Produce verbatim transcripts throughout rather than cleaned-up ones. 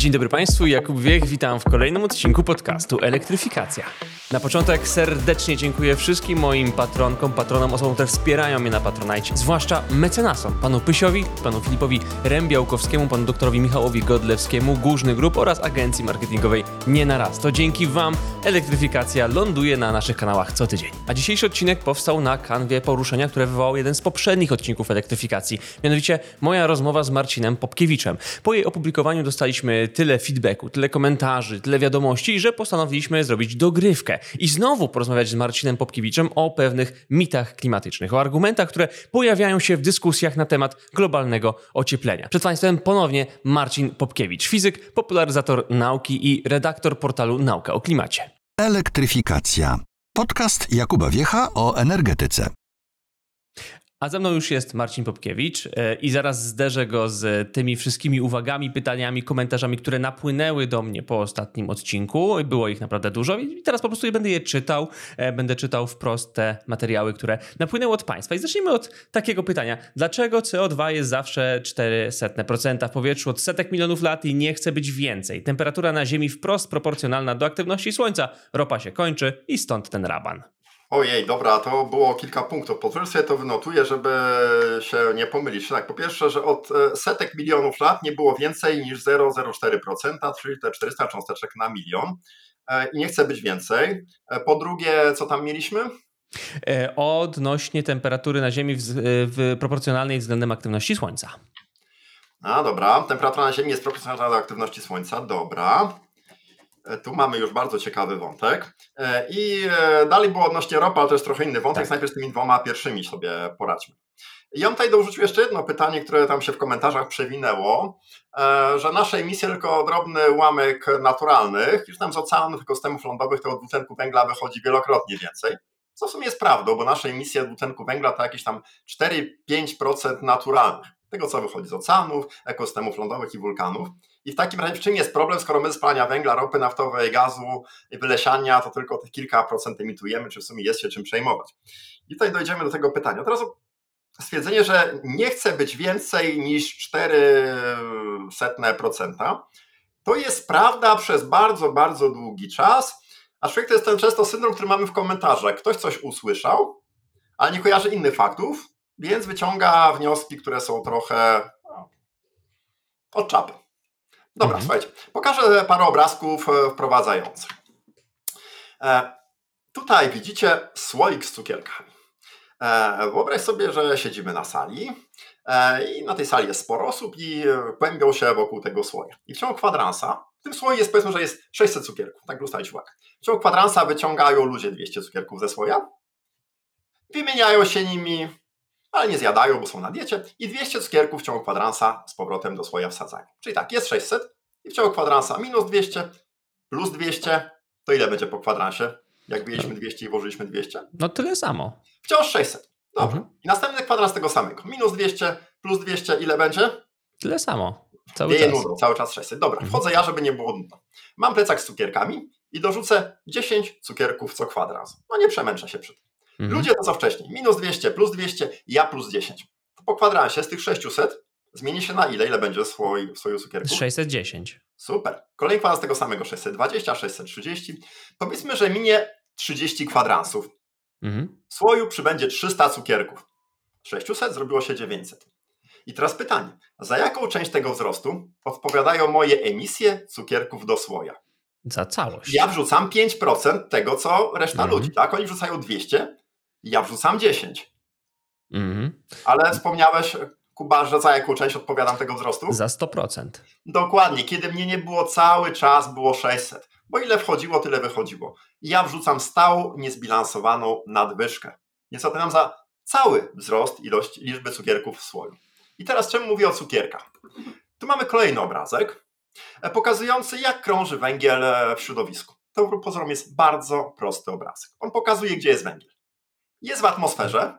Dzień dobry Państwu, Jakub Wiech, witam w kolejnym odcinku podcastu Elektryfikacja. Na początek serdecznie dziękuję wszystkim moim patronkom, patronom, osobom, które wspierają mnie na Patronite, zwłaszcza mecenasom, panu Pysiowi, panu Filipowi Rębiałkowskiemu, panu doktorowi Michałowi Godlewskiemu, Głużny Group oraz agencji marketingowej Nie na Raz. To dzięki Wam Elektryfikacja ląduje na naszych kanałach co tydzień. A dzisiejszy odcinek powstał na kanwie poruszenia, które wywołał jeden z poprzednich odcinków Elektryfikacji, mianowicie moja rozmowa z Marcinem Popkiewiczem. Po jej opublikowaniu dostaliśmy tyle feedbacku, tyle komentarzy, tyle wiadomości, że postanowiliśmy zrobić dogrywkę i znowu porozmawiać z Marcinem Popkiewiczem o pewnych mitach klimatycznych, o argumentach, które pojawiają się w dyskusjach na temat globalnego ocieplenia. Przed Państwem ponownie Marcin Popkiewicz, fizyk, popularyzator nauki i redaktor portalu Nauka o Klimacie. Elektryfikacja. Podcast Jakuba Wiecha o energetyce. A ze mną już jest Marcin Popkiewicz i zaraz zderzę go z tymi wszystkimi uwagami, pytaniami, komentarzami, które napłynęły do mnie po ostatnim odcinku. Było ich naprawdę dużo i teraz po prostu je będę je czytał. Będę czytał wprost te materiały, które napłynęły od Państwa. I zacznijmy od takiego pytania. Dlaczego C O dwa jest zawsze czterysta procent w powietrzu od setek milionów lat i nie chce być więcej? Temperatura na Ziemi wprost proporcjonalna do aktywności Słońca. Ropa się kończy i stąd ten raban. Ojej, dobra, to było kilka punktów. Pozwól sobie to wynotuję, żeby się nie pomylić. Tak, po pierwsze, że od setek milionów lat nie było więcej niż zero przecinek zero cztery procent, czyli te czterysta cząsteczek na milion i nie chce być więcej. Po drugie, co tam mieliśmy? Odnośnie temperatury na Ziemi w, w proporcjonalnej względem aktywności Słońca. A dobra, temperatura na Ziemi jest proporcjonalna do aktywności Słońca, dobra. Tu mamy już bardzo ciekawy wątek. I dalej było odnośnie ropy, ale to jest trochę inny wątek. Tak. Najpierw z tymi dwoma pierwszymi sobie poradźmy. Ja bym tutaj dorzucił jeszcze jedno pytanie, które tam się w komentarzach przewinęło, że nasze emisje tylko drobny ułamek naturalnych, już tam z oceanów, ekosystemów lądowych tego dwutlenku węgla wychodzi wielokrotnie więcej. Co w sumie jest prawdą, bo nasze emisje dwutlenku węgla to jakieś tam cztery do pięciu procent naturalnych. Tego, co wychodzi z oceanów, ekosystemów lądowych i wulkanów. I w takim razie w czym jest problem, skoro my z spalania węgla, ropy naftowej, gazu i wylesiania to tylko te kilka procent emitujemy, czy w sumie jest się czym przejmować. I tutaj dojdziemy do tego pytania. Teraz stwierdzenie, że nie chce być więcej niż czterysta procent, to jest prawda przez bardzo, bardzo długi czas, aczkolwiek to jest ten często syndrom, który mamy w komentarzach. Ktoś coś usłyszał, ale nie kojarzy innych faktów, więc wyciąga wnioski, które są trochę no, od czapy. Dobra, mhm. Słuchajcie, pokażę parę obrazków wprowadzających. E, tutaj widzicie słoik z cukierkami. E, wyobraź sobie, że siedzimy na sali e, i na tej sali jest sporo osób i kłębią się wokół tego słoja. I w ciągu kwadransa, w tym słoju jest powiedzmy, że jest sześćset cukierków, tak dostaliście uwagę. W ciągu kwadransa wyciągają ludzie dwieście cukierków ze słoja, wymieniają się nimi, ale nie zjadają, bo są na diecie i dwieście cukierków w ciągu kwadransa z powrotem do słoja wsadzają. Czyli tak, jest sześćset i w ciągu kwadransa minus dwieście plus dwieście, to ile będzie po kwadransie? Jak wyjęliśmy dwieście i włożyliśmy dwieście? No tyle samo. Wciąż sześćset. Dobrze. Mhm. I następny kwadrans tego samego. Minus dwieście plus dwieście, ile będzie? Tyle samo. Cały Wieje czas. nudą, cały czas sześćset. Dobra, Mhm. wchodzę ja, żeby nie było nudno. Mam plecak z cukierkami i dorzucę dziesięć cukierków co kwadrans. No nie przemęczę się przy tym. Mhm. Ludzie to co wcześniej. Minus dwieście plus dwieście, ja plus dziesięć. To po kwadransie z tych sześćset zmieni się na ile? Ile będzie słoi, słoju cukierków? sześćset dziesięć. Super. Kolejny kwadrans tego samego. sześćset dwadzieścia, sześćset trzydzieści. Powiedzmy, że minie trzydzieści kwadransów. Mhm. W słoju przybędzie trzysta cukierków. sześćset zrobiło się dziewięćset. I teraz pytanie. Za jaką część tego wzrostu odpowiadają moje emisje cukierków do słoja? Za całość. Ja wrzucam pięć procent tego, co reszta Mhm. ludzi. Tak? Oni wrzucają dwieście, ja wrzucam dziesięć. Mhm. Ale wspomniałeś, Kuba, że za jaką część odpowiadam tego wzrostu? Za sto procent. Dokładnie. Kiedy mnie nie było cały czas, było sześćset. Bo ile wchodziło, tyle wychodziło. Ja wrzucam stałą, niezbilansowaną nadwyżkę. Więc odpowiadam za cały wzrost ilości liczby cukierków w słoju. I teraz czemu mówię o cukierkach? Tu mamy kolejny obrazek pokazujący, jak krąży węgiel w środowisku. To wbrew pozorom jest bardzo prosty obrazek. On pokazuje, gdzie jest węgiel. Jest w atmosferze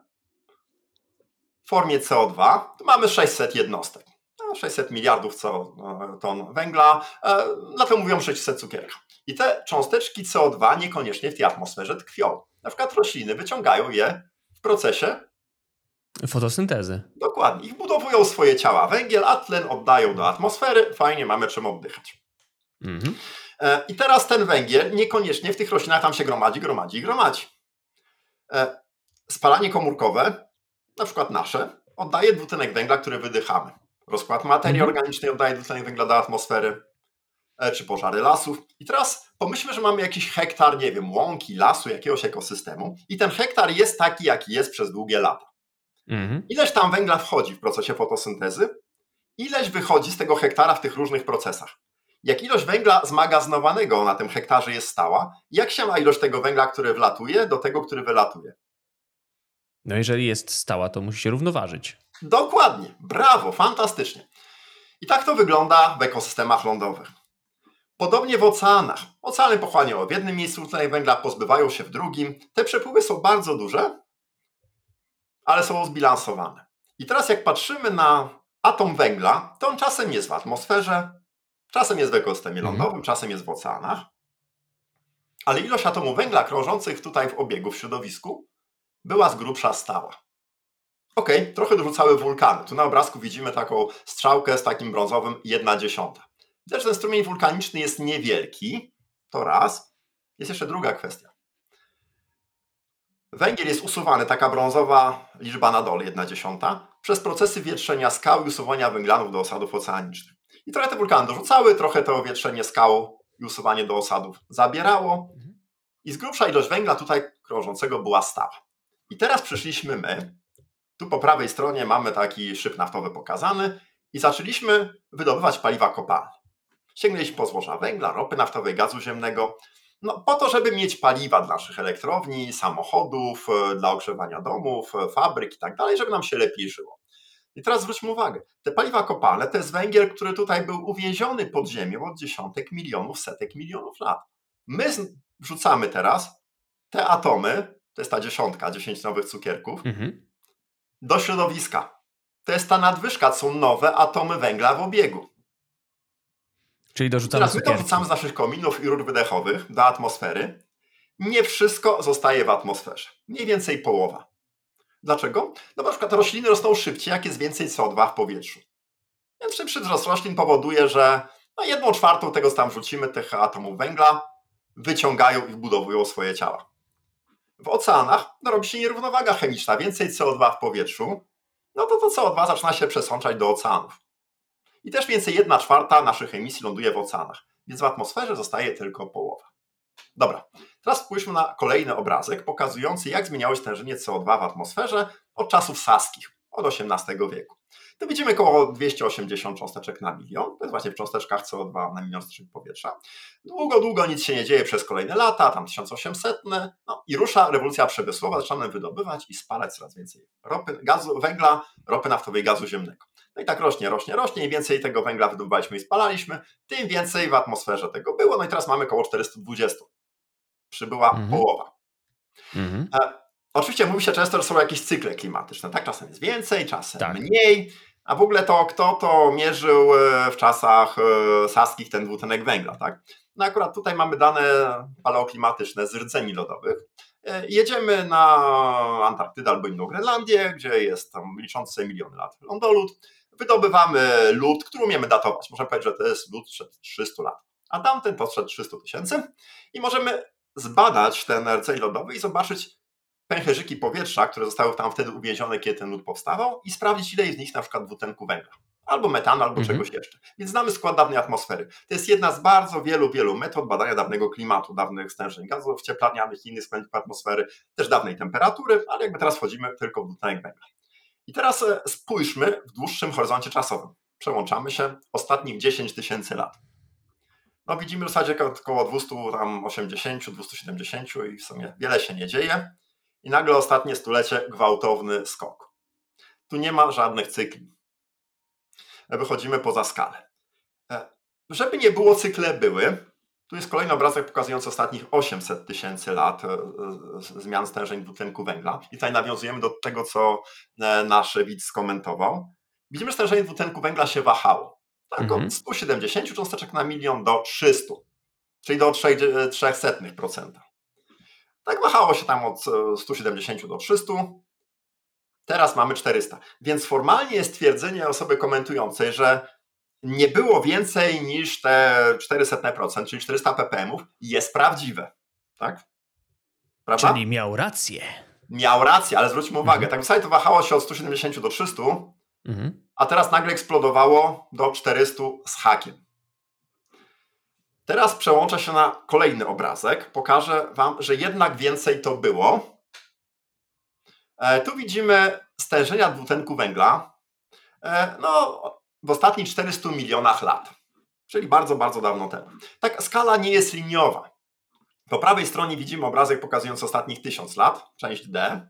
w formie C O dwa. Tu mamy sześćset jednostek. sześćset miliardów ton węgla, dlatego mówią sześćset cukierka. I te cząsteczki C O dwa niekoniecznie w tej atmosferze tkwią. Na przykład rośliny wyciągają je w procesie fotosyntezy. Dokładnie. I wbudowują swoje ciała węgiel, a tlen oddają do atmosfery. Fajnie, mamy czym oddychać. Mhm. I teraz ten węgiel niekoniecznie w tych roślinach tam się gromadzi, gromadzi i gromadzi. Spalanie komórkowe, na przykład nasze, oddaje dwutlenek węgla, który wydychamy. Rozkład materii Mhm. organicznej oddaje dwutlenek węgla do atmosfery, czy pożary lasów. I teraz pomyślmy, że mamy jakiś hektar, nie wiem, łąki, lasu, jakiegoś ekosystemu i ten hektar jest taki, jaki jest przez długie lata. Mhm. Ileś tam węgla wchodzi w procesie fotosyntezy, ileś wychodzi z tego hektara w tych różnych procesach. Jak ilość węgla zmagazynowanego na tym hektarze jest stała, jak się ma ilość tego węgla, który wlatuje, do tego, który wylatuje? No jeżeli jest stała, to musi się równoważyć. Dokładnie, brawo, fantastycznie. I tak to wygląda w ekosystemach lądowych. Podobnie w oceanach. Oceany pochłaniają w jednym miejscu dwutlenek węgla, pozbywają się w drugim. Te przepływy są bardzo duże, ale są zbilansowane. I teraz jak patrzymy na atom węgla, to on czasem jest w atmosferze, czasem jest w ekosystemie lądowym, mhm. czasem jest w oceanach, ale ilość atomów węgla krążących tutaj w obiegu w środowisku była z grubsza stała. Ok, trochę dorzucały wulkany. Tu na obrazku widzimy taką strzałkę z takim brązowym jedna dziesiąta. Widać, że ten strumień wulkaniczny jest niewielki, to raz. Jest jeszcze druga kwestia. Węgiel jest usuwany, taka brązowa liczba na dole, jedna dziesiąta, przez procesy wietrzenia skał i usuwania węglanów do osadów oceanicznych. I trochę te wulkany dorzucały, trochę to wietrzenie skał i usuwanie do osadów zabierało. I z grubsza ilość węgla tutaj krążącego była stała. I teraz przyszliśmy my. Tu po prawej stronie mamy taki szyb naftowy pokazany i zaczęliśmy wydobywać paliwa kopalne. Sięgnęliśmy po złoża węgla, ropy naftowej, gazu ziemnego, no po to, żeby mieć paliwa dla naszych elektrowni, samochodów, dla ogrzewania domów, fabryk i tak dalej, żeby nam się lepiej żyło. I teraz zwróćmy uwagę, te paliwa kopalne to jest węgiel, który tutaj był uwięziony pod ziemią od dziesiątek milionów, setek milionów lat. My wrzucamy teraz te atomy, to jest ta dziesiątka, dziesięć nowych cukierków, mhm. do środowiska. To jest ta nadwyżka, to są nowe atomy węgla w obiegu. Czyli dorzucamy Teraz my cukierki. to wrzucamy z naszych kominów i rur wydechowych do atmosfery. Nie wszystko zostaje w atmosferze. Mniej więcej połowa. Dlaczego? No bo na przykład rośliny rosną szybciej, jak jest więcej C O dwa w powietrzu. Więc szybszy wzrost roślin powoduje, że no jedną czwartą tego, co tam wrzucimy, tych atomów węgla, wyciągają i wbudowują swoje ciała. W oceanach no, robi się nierównowaga chemiczna, więcej C O dwa w powietrzu, no to to C O dwa zaczyna się przesączać do oceanów. I też więcej jedna czwarta naszych emisji ląduje w oceanach, więc w atmosferze zostaje tylko połowa. Dobra, teraz spójrzmy na kolejny obrazek pokazujący, jak zmieniało się stężenie C O dwa w atmosferze od czasów saskich, od osiemnastego wieku. Tu widzimy około dwieście osiemdziesiąt cząsteczek na milion, to jest właśnie w cząsteczkach C O dwa na milion strzałek powietrza. Długo, długo nic się nie dzieje przez kolejne lata, tam tysiąc osiemset, no i rusza rewolucja przemysłowa, zaczynamy wydobywać i spalać coraz więcej ropy, gazu, węgla, ropy naftowej, gazu ziemnego. No i tak rośnie, rośnie, rośnie, im więcej tego węgla wydobywaliśmy i spalaliśmy, tym więcej w atmosferze tego było, no i teraz mamy około czterysta dwadzieścia. Przybyła mhm. połowa. Mhm. E, oczywiście mówi się często, że są jakieś cykle klimatyczne, tak? Czasem jest więcej, czasem tak. mniej, a w ogóle to kto to mierzył w czasach saskich ten dwutlenek węgla, tak? No akurat tutaj mamy dane paleoklimatyczne z rdzeni lodowych. Jedziemy na Antarktydę albo inną Grenlandię, gdzie jest tam liczący sobie miliony lat lądolód. Wydobywamy lód, który umiemy datować. Możemy powiedzieć, że to jest lód sprzed trzystu lat, a tamten to sprzed trzystu tysięcy. I możemy zbadać ten rdzeń lodowy i zobaczyć pęcherzyki powietrza, które zostały tam wtedy uwięzione, kiedy ten lód powstawał i sprawdzić, ile jest z nich na przykład dwutlenku węgla. Albo metanu, albo mhm. czegoś jeszcze. Więc znamy skład dawnej atmosfery. To jest jedna z bardzo wielu, wielu metod badania dawnego klimatu, dawnych stężeń gazów cieplarnianych i innych składników atmosfery, też dawnej temperatury, ale jakby teraz wchodzimy tylko w dwutlenek węgla. I teraz spójrzmy w dłuższym horyzoncie czasowym. Przełączamy się ostatnich dziesięć tysięcy lat. No widzimy w zasadzie około dwieście osiemdziesiąt do dwieście siedemdziesiąt i w sumie wiele się nie dzieje. I nagle ostatnie stulecie gwałtowny skok. Tu nie ma żadnych cykli. Wychodzimy poza skalę. Żeby nie było, cykle były. Tu jest kolejny obrazek pokazujący ostatnich osiemset tysięcy lat zmian stężeń dwutlenku węgla. I tutaj nawiązujemy do tego, co nasz widz skomentował. Widzimy, że stężenie dwutlenku węgla się wahało. Tak, mhm. od stu siedemdziesięciu cząsteczek na milion do trzystu, czyli do trzy przecinek trzy procent. Tak wahało się tam od stu siedemdziesięciu do trzystu. Teraz mamy czterysta. Więc formalnie jest twierdzenie osoby komentującej, że nie było więcej niż te czterysta procent, czyli czterysta ppm, jest prawdziwe. Tak? Prawda? Czyli miał rację. Miał rację, ale zwróćmy uwagę, Mhm. tak w zasadzie to wahało się od stu siedemdziesięciu do trzystu, Mhm. a teraz nagle eksplodowało do czterystu z hakiem. Teraz przełączę się na kolejny obrazek. Pokażę wam, że jednak więcej to było. E, tu widzimy stężenia dwutlenku węgla e, no, w ostatnich czterystu milionach lat. Czyli bardzo, bardzo dawno temu. Tak, skala nie jest liniowa. Po prawej stronie widzimy obrazek pokazujący ostatnich tysiąc lat, część D.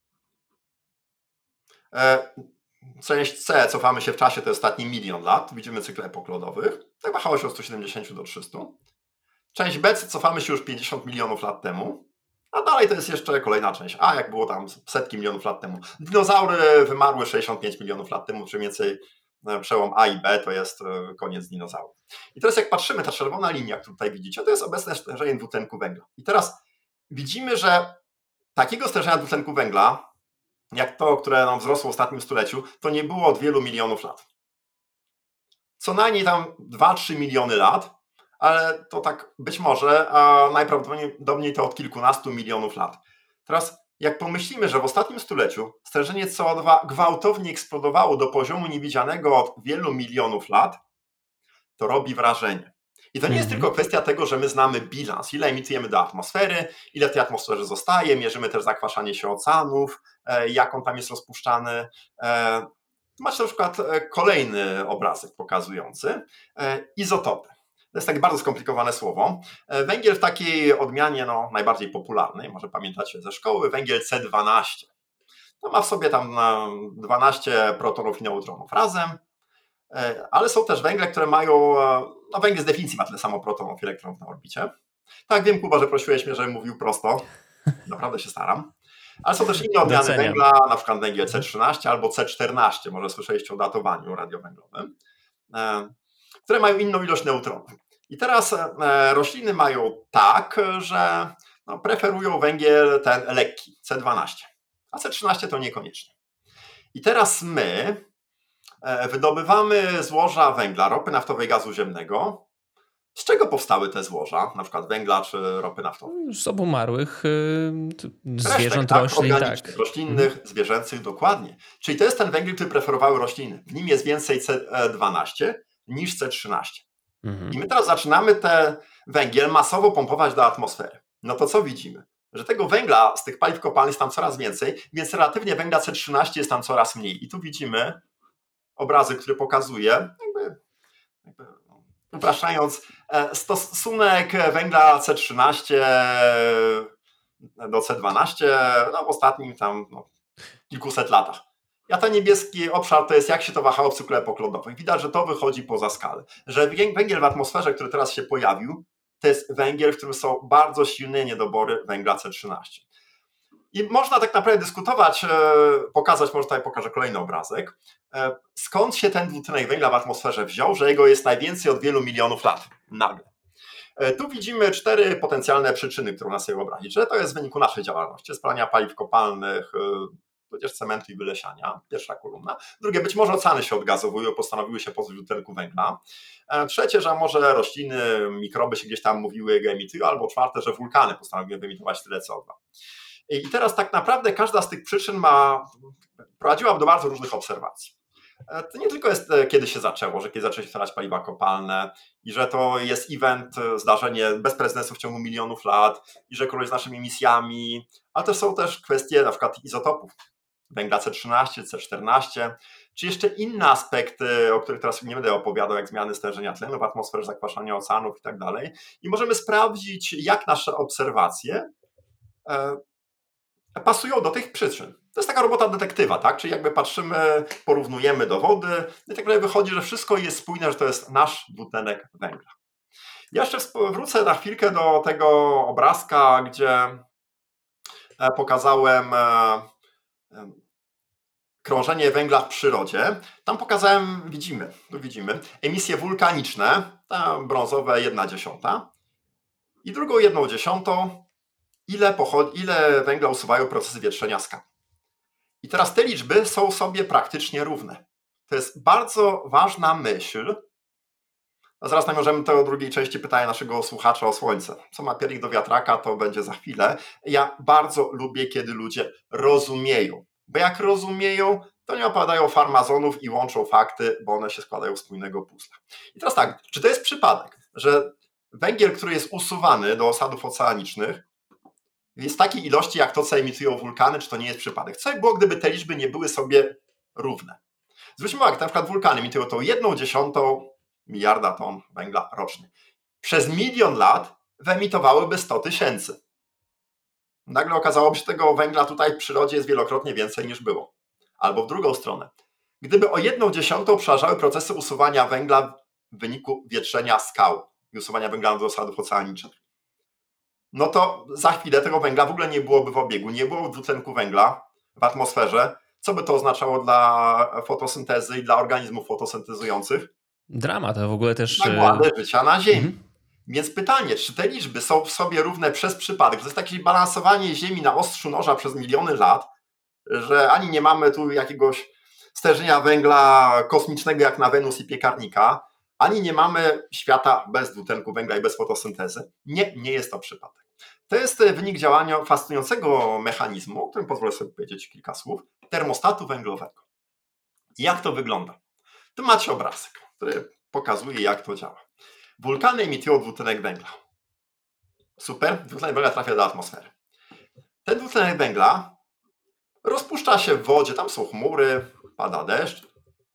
E, część C, cofamy się w czasie, to jest ostatni milion lat. Widzimy cykle epoklodowych. Tak wahało się od stu siedemdziesięciu do trzystu. Część B, cofamy się już pięćdziesiąt milionów lat temu. A dalej to jest jeszcze kolejna część A, jak było tam setki milionów lat temu. Dinozaury wymarły sześćdziesiąt pięć milionów lat temu, czy mniej więcej przełom A i B to jest koniec dinozaurów. I teraz jak patrzymy, ta czerwona linia, którą tutaj widzicie, to jest obecne stężenie dwutlenku węgla. I teraz widzimy, że takiego stężenia dwutlenku węgla, jak to, które nam wzrosło w ostatnim stuleciu, to nie było od wielu milionów lat. Co najmniej tam dwa trzy miliony lat, ale to tak być może, a najprawdopodobniej to od kilkunastu milionów lat. Teraz jak pomyślimy, że w ostatnim stuleciu stężenie C O dwa gwałtownie eksplodowało do poziomu niewidzianego od wielu milionów lat, to robi wrażenie. I to nie jest Mhm. tylko kwestia tego, że my znamy bilans, ile emitujemy do atmosfery, ile w tej atmosferze zostaje, mierzymy też zakwaszanie się oceanów, jak on tam jest rozpuszczany. Macie na przykład kolejny obrazek pokazujący izotopy. To jest takie bardzo skomplikowane słowo. Węgiel w takiej odmianie no, najbardziej popularnej, może pamiętacie ze szkoły, węgiel C dwanaście. To ma w sobie tam dwanaście protonów i neutronów razem, ale są też węgle, które mają, no węgiel z definicji ma tyle samo protonów i elektronów na orbicie. Tak, wiem, Kuba, że prosiłeś mnie, żebym mówił prosto. Naprawdę się staram. Ale są też inne odmiany Doceniam. węgla, na przykład węgiel C trzynaście albo C czternaście, może słyszeliście o datowaniu radiowęglowym, które mają inną ilość neutronów. I teraz rośliny mają tak, że no, preferują węgiel ten lekki, C dwanaście, a C trzynaście to niekoniecznie. I teraz my wydobywamy złoża węgla, ropy naftowej, gazu ziemnego. Z czego powstały te złoża, na przykład węgla czy ropy naftowej? Z obumarłych y, zwierząt, Resztek, tak, roślin, organicznych, tak. roślinnych, zwierzęcych, dokładnie. Czyli to jest ten węgiel, który preferowały rośliny. W nim jest więcej C dwanaście niż C trzynaście. Mhm. I my teraz zaczynamy ten węgiel masowo pompować do atmosfery. No to co widzimy? Że tego węgla z tych paliw kopalnych jest tam coraz więcej, więc relatywnie węgla C trzynaście jest tam coraz mniej. I tu widzimy obrazek, który pokazuje, jakby, jakby upraszczając, stosunek węgla C trzynaście do C dwanaście no, w ostatnim tam no, kilkuset latach. A ten niebieski obszar to jest jak się to wahało w cyklu epoklodowych. Widać, że to wychodzi poza skalę. Że węgiel w atmosferze, który teraz się pojawił, to jest węgiel, w którym są bardzo silne niedobory węgla C trzynaście. I można tak naprawdę dyskutować, pokazać, może tutaj pokażę kolejny obrazek, skąd się ten dwutlenek węgla w atmosferze wziął, że jego jest najwięcej od wielu milionów lat, nagle. Tu widzimy cztery potencjalne przyczyny, które nas sobie wyobrazić, że to jest w wyniku naszej działalności, spalania paliw kopalnych, tudzież cementu i wylesiania, pierwsza kolumna. Drugie, być może oceany się odgazowują, postanowiły się pozbyć dwutlenku węgla. Trzecie, że może rośliny, mikroby się gdzieś tam mówiły, go emitują, albo czwarte, że wulkany postanowiły wyemitować tyle C O dwa. I teraz tak naprawdę każda z tych przyczyn ma, prowadziła do bardzo różnych obserwacji. To nie tylko jest kiedy się zaczęło, że kiedy zaczęły się spalać paliwa kopalne i że to jest event, zdarzenie bez precedensu w ciągu milionów lat i że koreluje z naszymi emisjami, ale to są też kwestie na przykład izotopów węgla C trzynaście, C czternaście, czy jeszcze inne aspekty, o których teraz nie będę opowiadał, jak zmiany stężenia tlenu w atmosferze, zakwaszania oceanów i tak dalej. I możemy sprawdzić, jak nasze obserwacje pasują do tych przyczyn. To jest taka robota detektywa, tak? Czyli jakby patrzymy, porównujemy dowody i tak naprawdę wychodzi, że wszystko jest spójne, że to jest nasz dwutlenek węgla. Ja jeszcze wrócę na chwilkę do tego obrazka, gdzie pokazałem krążenie węgla w przyrodzie. Tam pokazałem, widzimy, tu widzimy, emisje wulkaniczne, ta brązowe jedna dziesiąta i drugą jedną dziesiątą, ile, pochodzi, ile węgla usuwają procesy wietrzenia skał. I teraz te liczby są sobie praktycznie równe. To jest bardzo ważna myśl, A zaraz nawiążemy do drugiej części pytania naszego słuchacza o Słońce. Co ma piernik do wiatraka, to będzie za chwilę. Ja bardzo lubię, kiedy ludzie rozumieją, bo jak rozumieją, to nie opadają farmazonów i łączą fakty, bo one się składają z spójnego puzzla. I teraz tak, czy to jest przypadek, że węgiel, który jest usuwany do osadów oceanicznych, jest w takiej ilości, jak to, co emitują wulkany, czy to nie jest przypadek? Co by było, gdyby te liczby nie były sobie równe? Zwróćmy uwagę, na przykład wulkany emitują tą jedną dziesiątą miliarda ton węgla rocznie. Przez milion lat wyemitowałyby sto tysięcy. Nagle okazałoby się, że tego węgla tutaj w przyrodzie jest wielokrotnie więcej niż było. Albo w drugą stronę. Gdyby o jedną dziesiątą przeważały procesy usuwania węgla w wyniku wietrzenia skał i usuwania węgla do osadów oceanicznych, no to za chwilę tego węgla w ogóle nie byłoby w obiegu, nie było dwutlenku węgla w atmosferze. Co by to oznaczało dla fotosyntezy i dla organizmów fotosyntezujących? Dramat, to w ogóle też... Zagładę życia na Ziemi. Mhm. Więc pytanie, czy te liczby są w sobie równe przez przypadek? To jest takie balansowanie Ziemi na ostrzu noża przez miliony lat, że ani nie mamy tu jakiegoś stężenia węgla kosmicznego jak na Wenus i piekarnika, ani nie mamy świata bez dwutlenku węgla i bez fotosyntezy. Nie, nie jest to przypadek. To jest wynik działania fascynującego mechanizmu, o którym pozwolę sobie powiedzieć kilka słów, termostatu węglowego. Jak to wygląda? Tu macie obrazek, który pokazuje, jak to działa. Wulkany emitują dwutlenek węgla. Super, dwutlenek węgla trafia do atmosfery. Ten dwutlenek węgla rozpuszcza się w wodzie, tam są chmury, pada deszcz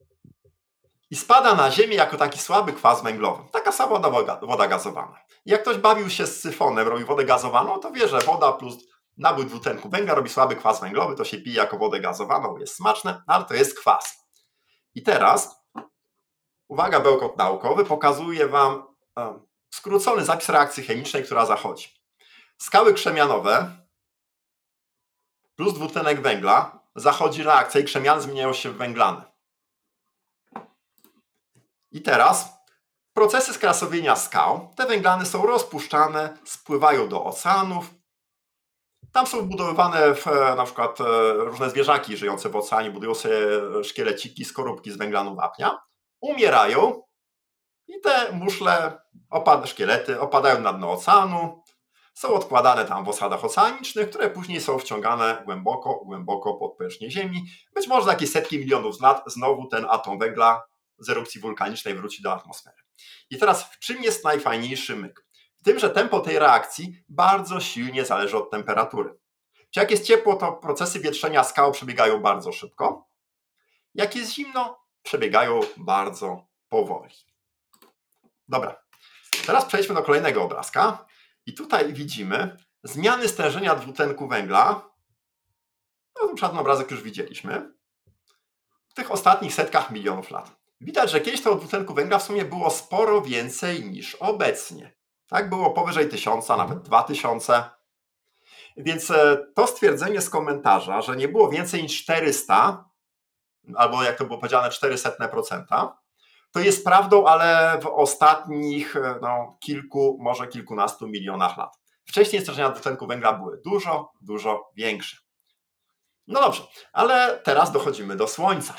i spada na ziemię jako taki słaby kwas węglowy. Taka sama woda, woda gazowana. Jak ktoś bawił się z syfonem, robi wodę gazowaną, to wie, że woda plus nabój dwutlenku węgla robi słaby kwas węglowy, to się pije jako wodę gazowaną, jest smaczne, ale to jest kwas. I teraz, uwaga, bełkot naukowy, pokazuje Wam um, skrócony zapis reakcji chemicznej, która zachodzi. Skały krzemianowe plus dwutlenek węgla, zachodzi reakcja i krzemiany zmieniają się w węglane. I teraz procesy skrasowienia skał, te węglany są rozpuszczane, spływają do oceanów. Tam są budowywane w, na przykład różne zwierzaki żyjące w oceanie, budują sobie szkieleciki, skorupki z węglanu wapnia, umierają i te muszle, opad, szkielety opadają na dno oceanu, są odkładane tam w osadach oceanicznych, które później są wciągane głęboko, głęboko pod powierzchnię Ziemi. Być może za jakieś setki milionów lat znowu ten atom węgla z erupcji wulkanicznej wróci do atmosfery. I teraz w czym jest najfajniejszy myk? W tym, że tempo tej reakcji bardzo silnie zależy od temperatury. Czy jak jest ciepło, to procesy wietrzenia skał przebiegają bardzo szybko. Jak jest zimno, przebiegają bardzo powoli. Dobra, teraz przejdźmy do kolejnego obrazka. I tutaj widzimy zmiany stężenia dwutlenku węgla. No, ten czarny obrazek już widzieliśmy. W tych ostatnich setkach milionów lat. Widać, że kiedyś tego dwutlenku węgla w sumie było sporo więcej niż obecnie. Tak, było powyżej tysiąca, nawet dwa tysiące. Więc to stwierdzenie z komentarza, że nie było więcej niż czterysta, albo jak to było powiedziane, czterysta procent, to jest prawdą, ale w ostatnich no, kilku, może kilkunastu milionach lat. Wcześniej stężenia dwutlenku węgla były dużo, dużo większe. No dobrze, ale teraz dochodzimy do Słońca.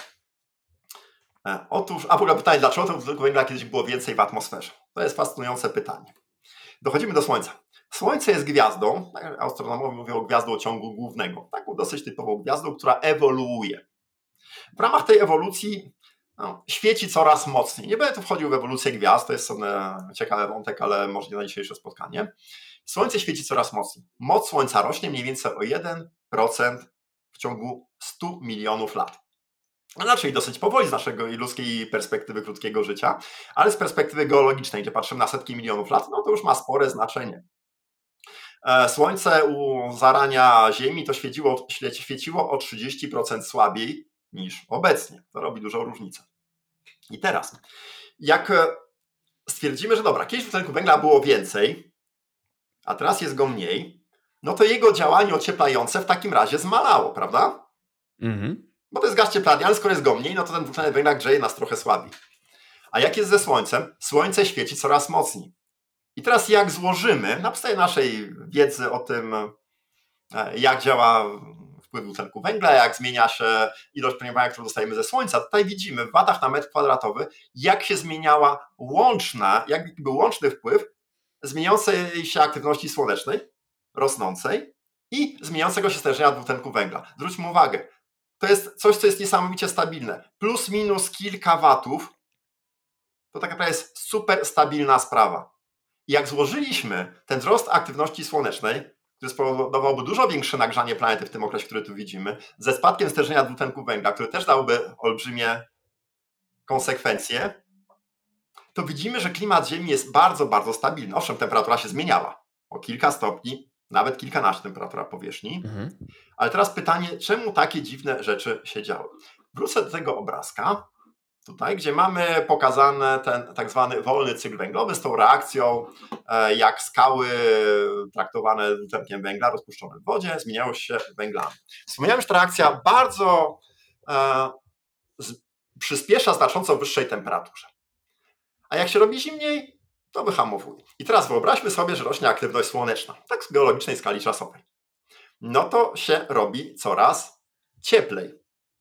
Otóż, a w ogóle pytanie, dlaczego tego dwutlenku węgla kiedyś było więcej w atmosferze? To jest fascynujące pytanie. Dochodzimy do Słońca. Słońce jest gwiazdą, astronomowie mówią gwiazdą ciągu głównego, taką dosyć typową gwiazdą, która ewoluuje. W ramach tej ewolucji no, świeci coraz mocniej. Nie będę tu wchodził w ewolucję gwiazd, to jest ciekawy wątek, ale może nie na dzisiejsze spotkanie. Słońce świeci coraz mocniej. Moc Słońca rośnie mniej więcej o jeden procent w ciągu stu milionów lat. Znaczy dosyć powoli z naszego i ludzkiej perspektywy krótkiego życia, ale z perspektywy geologicznej, gdzie patrzymy na setki milionów lat, no to już ma spore znaczenie. Słońce u zarania Ziemi to świeciło, świeciło o trzydzieści procent słabiej niż obecnie. To robi dużą różnicę. I teraz, jak stwierdzimy, że dobra, kiedyś dwutlenku węgla było więcej, a teraz jest go mniej, no to jego działanie ocieplające w takim razie zmalało, prawda? Mhm. Bo to jest gaz cieplarni, ale skoro jest go mniej, no to ten dwutlenek węgla grzeje nas trochę słabiej. A jak jest ze Słońcem? Słońce świeci coraz mocniej. I teraz jak złożymy, na podstawie naszej wiedzy o tym, jak działa wpływ dwutlenku węgla, jak zmienia się ilość promieniowania, którą dostajemy ze Słońca. Tutaj widzimy w watach na metr kwadratowy, jak się zmieniała łączna, jak był łączny wpływ zmieniającej się aktywności słonecznej, rosnącej i zmieniającego się stężenia dwutlenku węgla. Zwróćmy uwagę, to jest coś, co jest niesamowicie stabilne. Plus minus kilka watów, to tak naprawdę jest super stabilna sprawa. I jak złożyliśmy ten wzrost aktywności słonecznej, który spowodowałby dużo większe nagrzanie planety w tym okresie, który tu widzimy, ze spadkiem stężenia dwutlenku węgla, który też dałby olbrzymie konsekwencje, to widzimy, że klimat Ziemi jest bardzo, bardzo stabilny. Owszem, temperatura się zmieniała o kilka stopni, nawet kilkanaście temperatura powierzchni. Mhm. Ale teraz pytanie, czemu takie dziwne rzeczy się działy? Wrócę do tego obrazka, tutaj, gdzie mamy pokazany ten tak zwany wolny cykl węglowy z tą reakcją, jak skały traktowane dwutlenkiem węgla rozpuszczone w wodzie zmieniają się węglami. Wspomniałem, że ta reakcja bardzo e, z, przyspiesza znacząco w wyższej temperaturze. A jak się robi zimniej, to wyhamowuje. I teraz wyobraźmy sobie, że rośnie aktywność słoneczna, tak z geologicznej skali czasowej. No to się robi coraz cieplej.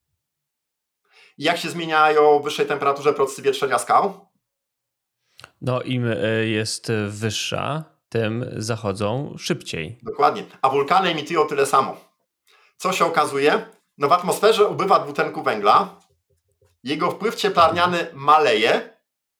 I jak się zmieniają w wyższej temperaturze procesy wietrzenia skał? No im jest wyższa, tym zachodzą szybciej. Dokładnie. A wulkany emitują tyle samo. Co się okazuje? No w atmosferze ubywa dwutlenku węgla, jego wpływ cieplarniany maleje,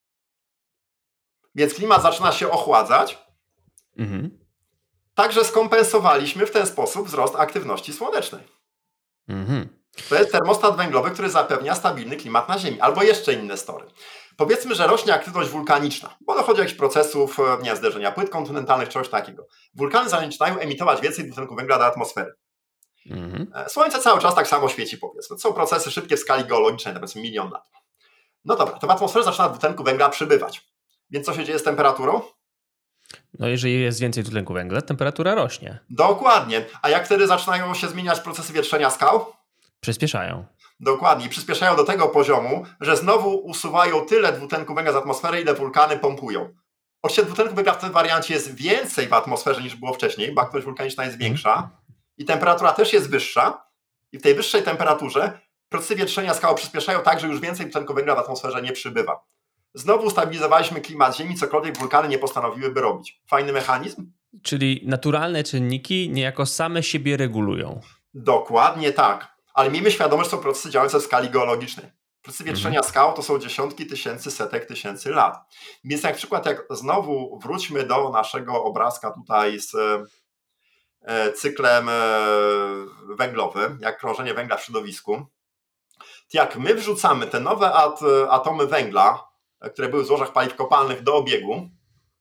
więc klimat zaczyna się ochładzać. Mhm. Także skompensowaliśmy w ten sposób wzrost aktywności słonecznej. Mhm. To jest termostat węglowy, który zapewnia stabilny klimat na Ziemi. Albo jeszcze inne story. Powiedzmy, że rośnie aktywność wulkaniczna, bo dochodzi do jakichś procesów, nie wiem, zderzenia płyt kontynentalnych, czegoś takiego. Wulkany zaczynają emitować więcej dwutlenku węgla do atmosfery. Mhm. Słońce cały czas tak samo świeci, powiedzmy. To są procesy szybkie w skali geologicznej, powiedzmy milion lat. No dobra, to w atmosferze zaczyna dwutlenku węgla przybywać. Więc co się dzieje z temperaturą? No jeżeli jest więcej dwutlenku węgla, temperatura rośnie. Dokładnie. A jak wtedy zaczynają się zmieniać procesy wietrzenia skał? Przyspieszają. Dokładnie. I przyspieszają do tego poziomu, że znowu usuwają tyle dwutlenku węgla z atmosfery, ile wulkany pompują. Oczywiście dwutlenku węgla w tej wariancie jest więcej w atmosferze niż było wcześniej, bo aktywność wulkaniczna jest większa i temperatura też jest wyższa. I w tej wyższej temperaturze procesy wietrzenia skał przyspieszają tak, że już więcej dwutlenku węgla w atmosferze nie przybywa. Znowu ustabilizowaliśmy klimat Ziemi, cokolwiek wulkany nie postanowiłyby robić. Fajny mechanizm? Czyli naturalne czynniki niejako same siebie regulują. Dokładnie tak. Ale miejmy świadomość, że są procesy działające w skali geologicznej. Procesy wietrzenia mhm. skał to są dziesiątki tysięcy, setek tysięcy lat. Więc na przykład jak znowu wróćmy do naszego obrazka tutaj z e, cyklem e, węglowym, jak krążenie węgla w środowisku, to jak my wrzucamy te nowe at, atomy węgla, które były w złożach paliw kopalnych do obiegu,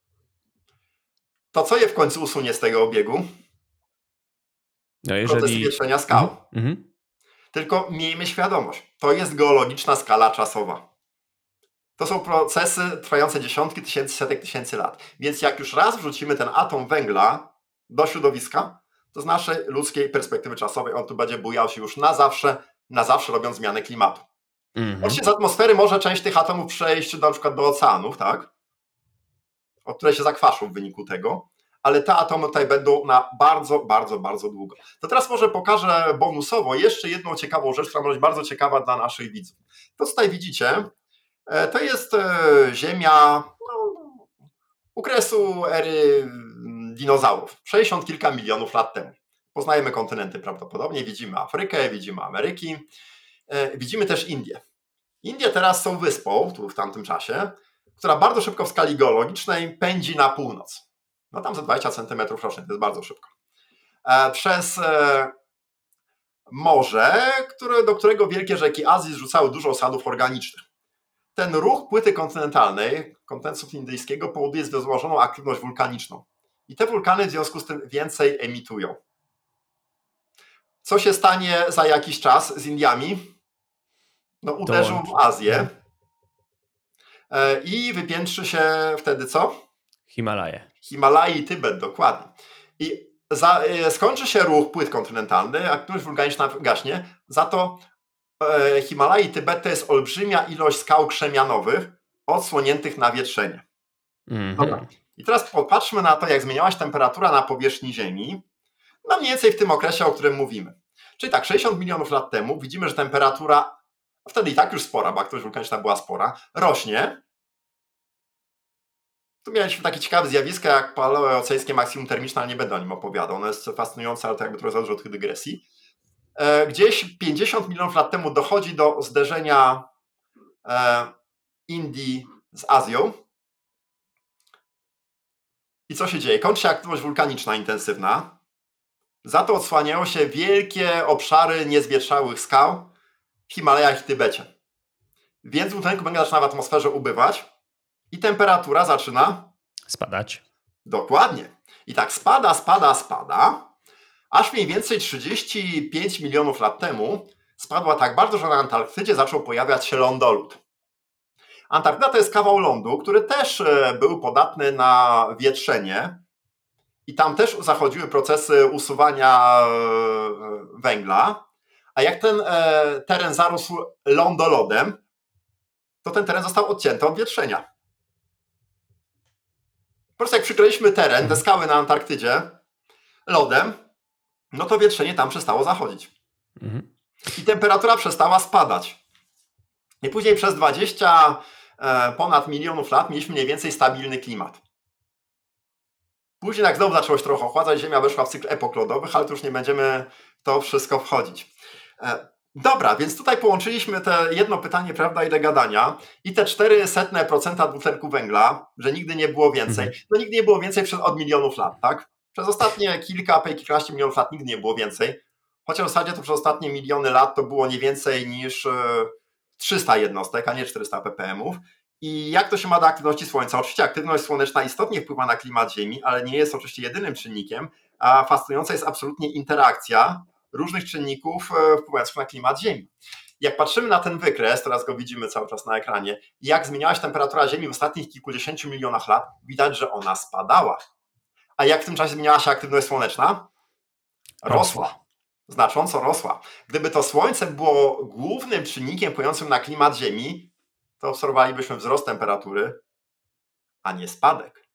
to co je w końcu usunie z tego obiegu? No jeżeli... Procesy wietrzenia skał. Mhm. Tylko miejmy świadomość, to jest geologiczna skala czasowa. To są procesy trwające dziesiątki tysięcy, setek tysięcy lat. Więc jak już raz wrzucimy ten atom węgla do środowiska, to z naszej ludzkiej perspektywy czasowej on tu będzie bujał się już na zawsze, na zawsze robiąc zmianę klimatu. Mhm. Oczywiście z atmosfery może część tych atomów przejść na przykład do oceanów, tak? O które się zakwaszą w wyniku tego, ale te atomy tutaj będą na bardzo, bardzo, bardzo długo. To teraz może pokażę bonusowo jeszcze jedną ciekawą rzecz, która może być bardzo ciekawa dla naszych widzów. To, co tutaj widzicie, to jest Ziemia no, u kresu ery dinozaurów. sześćdziesiąt kilka milionów lat temu. Poznajemy kontynenty prawdopodobnie, widzimy Afrykę, widzimy Ameryki, widzimy też Indię. Indie teraz są wyspą, tu w tamtym czasie, która bardzo szybko w skali geologicznej pędzi na północ. No tam za dwadzieścia centymetrów rocznie, to jest bardzo szybko. E, przez e, morze, które, do którego wielkie rzeki Azji zrzucały dużo osadów organicznych. Ten ruch płyty kontynentalnej, kontynentu indyjskiego, powoduje złożoną aktywność wulkaniczną. I te wulkany w związku z tym więcej emitują. Co się stanie za jakiś czas z Indiami? No uderzą w Azję e, i wypiętrzy się wtedy co? Himalaje. Himalaje i Tybet, dokładnie. I za, e, skończy się ruch płyt kontynentalny, aktywność wulkaniczna gaśnie, za to e, Himalaje i Tybet to jest olbrzymia ilość skał krzemianowych odsłoniętych na wietrzenie. Mm-hmm. Dobra. I teraz popatrzmy na to, jak zmieniała się temperatura na powierzchni Ziemi, no mniej więcej w tym okresie, o którym mówimy. Czyli tak, sześćdziesiąt milionów lat temu widzimy, że temperatura, wtedy i tak już spora, bo aktywność wulkaniczna była spora, rośnie. Tu mieliśmy takie ciekawe zjawisko jak paleoceańskie maksimum termiczne, ale nie będę o nim opowiadał. Ono jest fascynujące, ale to jakby trochę zależy od tych dygresji. Gdzieś pięćdziesiąt milionów lat temu dochodzi do zderzenia Indii z Azją. I co się dzieje? Kończy się aktywność wulkaniczna intensywna. Za to odsłaniają się wielkie obszary niezwietrzałych skał w Himalajach i Tybecie. Więc dwutlenku węgla zaczyna w atmosferze ubywać i temperatura zaczyna spadać. Dokładnie. I tak spada, spada, spada, aż mniej więcej trzydzieści pięć milionów lat temu spadła tak bardzo, że na Antarktydzie zaczął pojawiać się lądolód. Antarktyda to jest kawał lądu, który też był podatny na wietrzenie i tam też zachodziły procesy usuwania węgla, a jak ten teren zarósł lądolodem, to ten teren został odcięty od wietrzenia. Po prostu jak przykryliśmy teren, te skały na Antarktydzie lodem, no to wietrzenie tam przestało zachodzić. Mhm. I temperatura przestała spadać. I później przez dwadzieścia ponad milionów lat mieliśmy mniej więcej stabilny klimat. Później jak znowu zaczęło się trochę ochładzać, Ziemia weszła w cykl epok lodowych, ale tu już nie będziemy w to wszystko wchodzić. Dobra, więc tutaj połączyliśmy te jedno pytanie, prawda, ile gadania i te cztery setne procenta dwutlenku węgla, że nigdy nie było więcej. No nigdy nie było więcej przez, od milionów lat, tak? Przez ostatnie kilka, kilkanaście milionów lat nigdy nie było więcej. Chociaż w zasadzie to przez ostatnie miliony lat to było nie więcej niż trzysta jednostek, a nie czterysta ppmów. I jak to się ma do aktywności Słońca? Oczywiście aktywność słoneczna istotnie wpływa na klimat Ziemi, ale nie jest oczywiście jedynym czynnikiem, a fascynująca jest absolutnie interakcja różnych czynników wpływających na klimat Ziemi. Jak patrzymy na ten wykres, teraz go widzimy cały czas na ekranie, jak zmieniała się temperatura Ziemi w ostatnich kilkudziesięciu milionach lat, widać, że ona spadała. A jak w tym czasie zmieniała się aktywność słoneczna? Rosła. Znacząco rosła. Gdyby to Słońce było głównym czynnikiem wpływającym na klimat Ziemi, to obserwowalibyśmy wzrost temperatury, a nie spadek.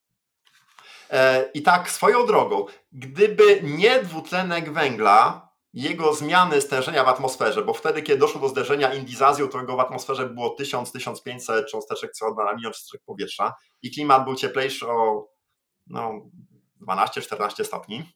I tak swoją drogą, gdyby nie dwutlenek węgla, jego zmiany stężenia w atmosferze, bo wtedy, kiedy doszło do zderzenia Indii z Azją, to jego w atmosferze było tysiąc do tysiąc pięćset cząsteczek C O dwa na milion cząsteczek powietrza i klimat był cieplejszy o no, dwanaście czternaście stopni.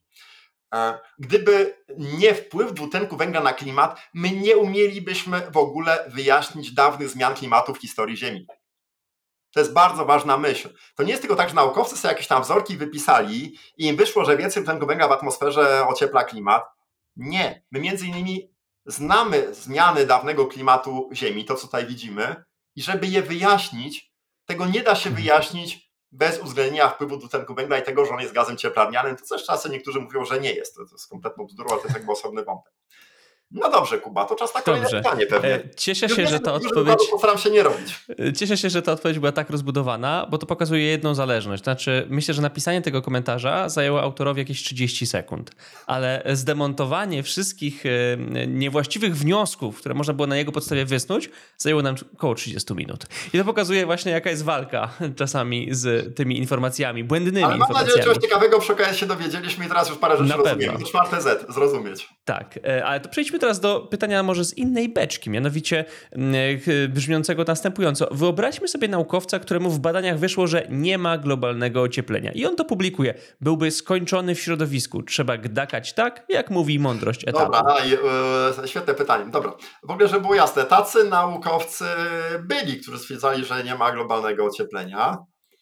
Gdyby nie wpływ dwutlenku węgla na klimat, my nie umielibyśmy w ogóle wyjaśnić dawnych zmian klimatu w historii Ziemi. To jest bardzo ważna myśl. To nie jest tylko tak, że naukowcy sobie jakieś tam wzorki wypisali i im wyszło, że więcej dwutlenku węgla w atmosferze ociepla klimat. Nie. My między innymi znamy zmiany dawnego klimatu Ziemi, to co tutaj widzimy, i żeby je wyjaśnić, tego nie da się wyjaśnić bez uwzględnienia wpływu dwutlenku węgla i tego, że on jest gazem cieplarnianym. To też czasem niektórzy mówią, że nie jest. To jest kompletną bzdurą, ale to jest jakby osobny wątek. No dobrze, Kuba, to czas na kolejne Dobrze. pytanie pewnie. Cieszę Już się, nie, że ta już odpowiedź... Postaram się nie robić. Cieszę się, że ta odpowiedź była tak rozbudowana, bo to pokazuje jedną zależność. Znaczy, myślę, że napisanie tego komentarza zajęło autorowi jakieś trzydzieści sekund, ale zdemontowanie wszystkich niewłaściwych wniosków, które można było na jego podstawie wysnuć, zajęło nam około trzydzieści minut. I to pokazuje właśnie, jaka jest walka czasami z tymi informacjami, błędnymi ale informacjami. Ale mam nadzieję, że czegoś ciekawego przy okazji się dowiedzieliśmy i teraz już parę rzeczy na rozumiemy. Pewno. To czwarte Z, zrozumieć. Tak, ale to przejdźmy teraz do pytania może z innej beczki, mianowicie brzmiącego następująco. Wyobraźmy sobie naukowca, któremu w badaniach wyszło, że nie ma globalnego ocieplenia i on to publikuje. Byłby skończony w środowisku. Trzeba gdakać tak, jak mówi mądrość etapu. Dobra, a, yy, świetne pytanie. Dobra, w ogóle, żeby było jasne, tacy naukowcy byli, którzy stwierdzali, że nie ma globalnego ocieplenia.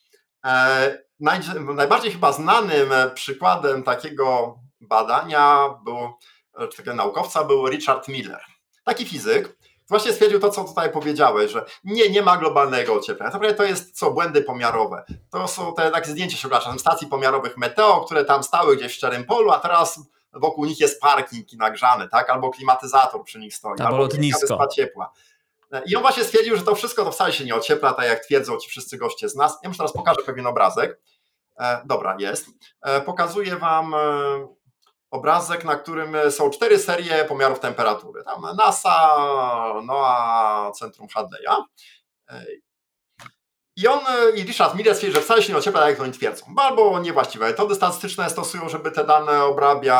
E, naj, najbardziej chyba znanym przykładem takiego badania był, czy takiego naukowca był Richard Miller. Taki fizyk, właśnie stwierdził to, co tutaj powiedziałeś, że nie, nie ma globalnego ocieplenia. To, to jest co, błędy pomiarowe. To są te takie zdjęcia się ogląda, stacji pomiarowych Meteo, które tam stały gdzieś w szczerym polu, a teraz wokół nich jest parking nagrzany, tak? Albo klimatyzator przy nich stoi, albo lotnisko. Wyspa ciepła. I on właśnie stwierdził, że to wszystko to wcale się nie ociepla, tak jak twierdzą ci wszyscy goście z nas. Ja już teraz pokażę pewien obrazek. E, dobra, jest. E, pokazuję wam e, obrazek, na którym są cztery serie pomiarów temperatury. Tam NASA, NOAA, Centrum Hadleya. E, I on i Richard Miller stwierdził, że wcale się nie ociepla, tak jak oni twierdzą. Albo niewłaściwe metody statystyczne stosują, żeby te dane obrabiać.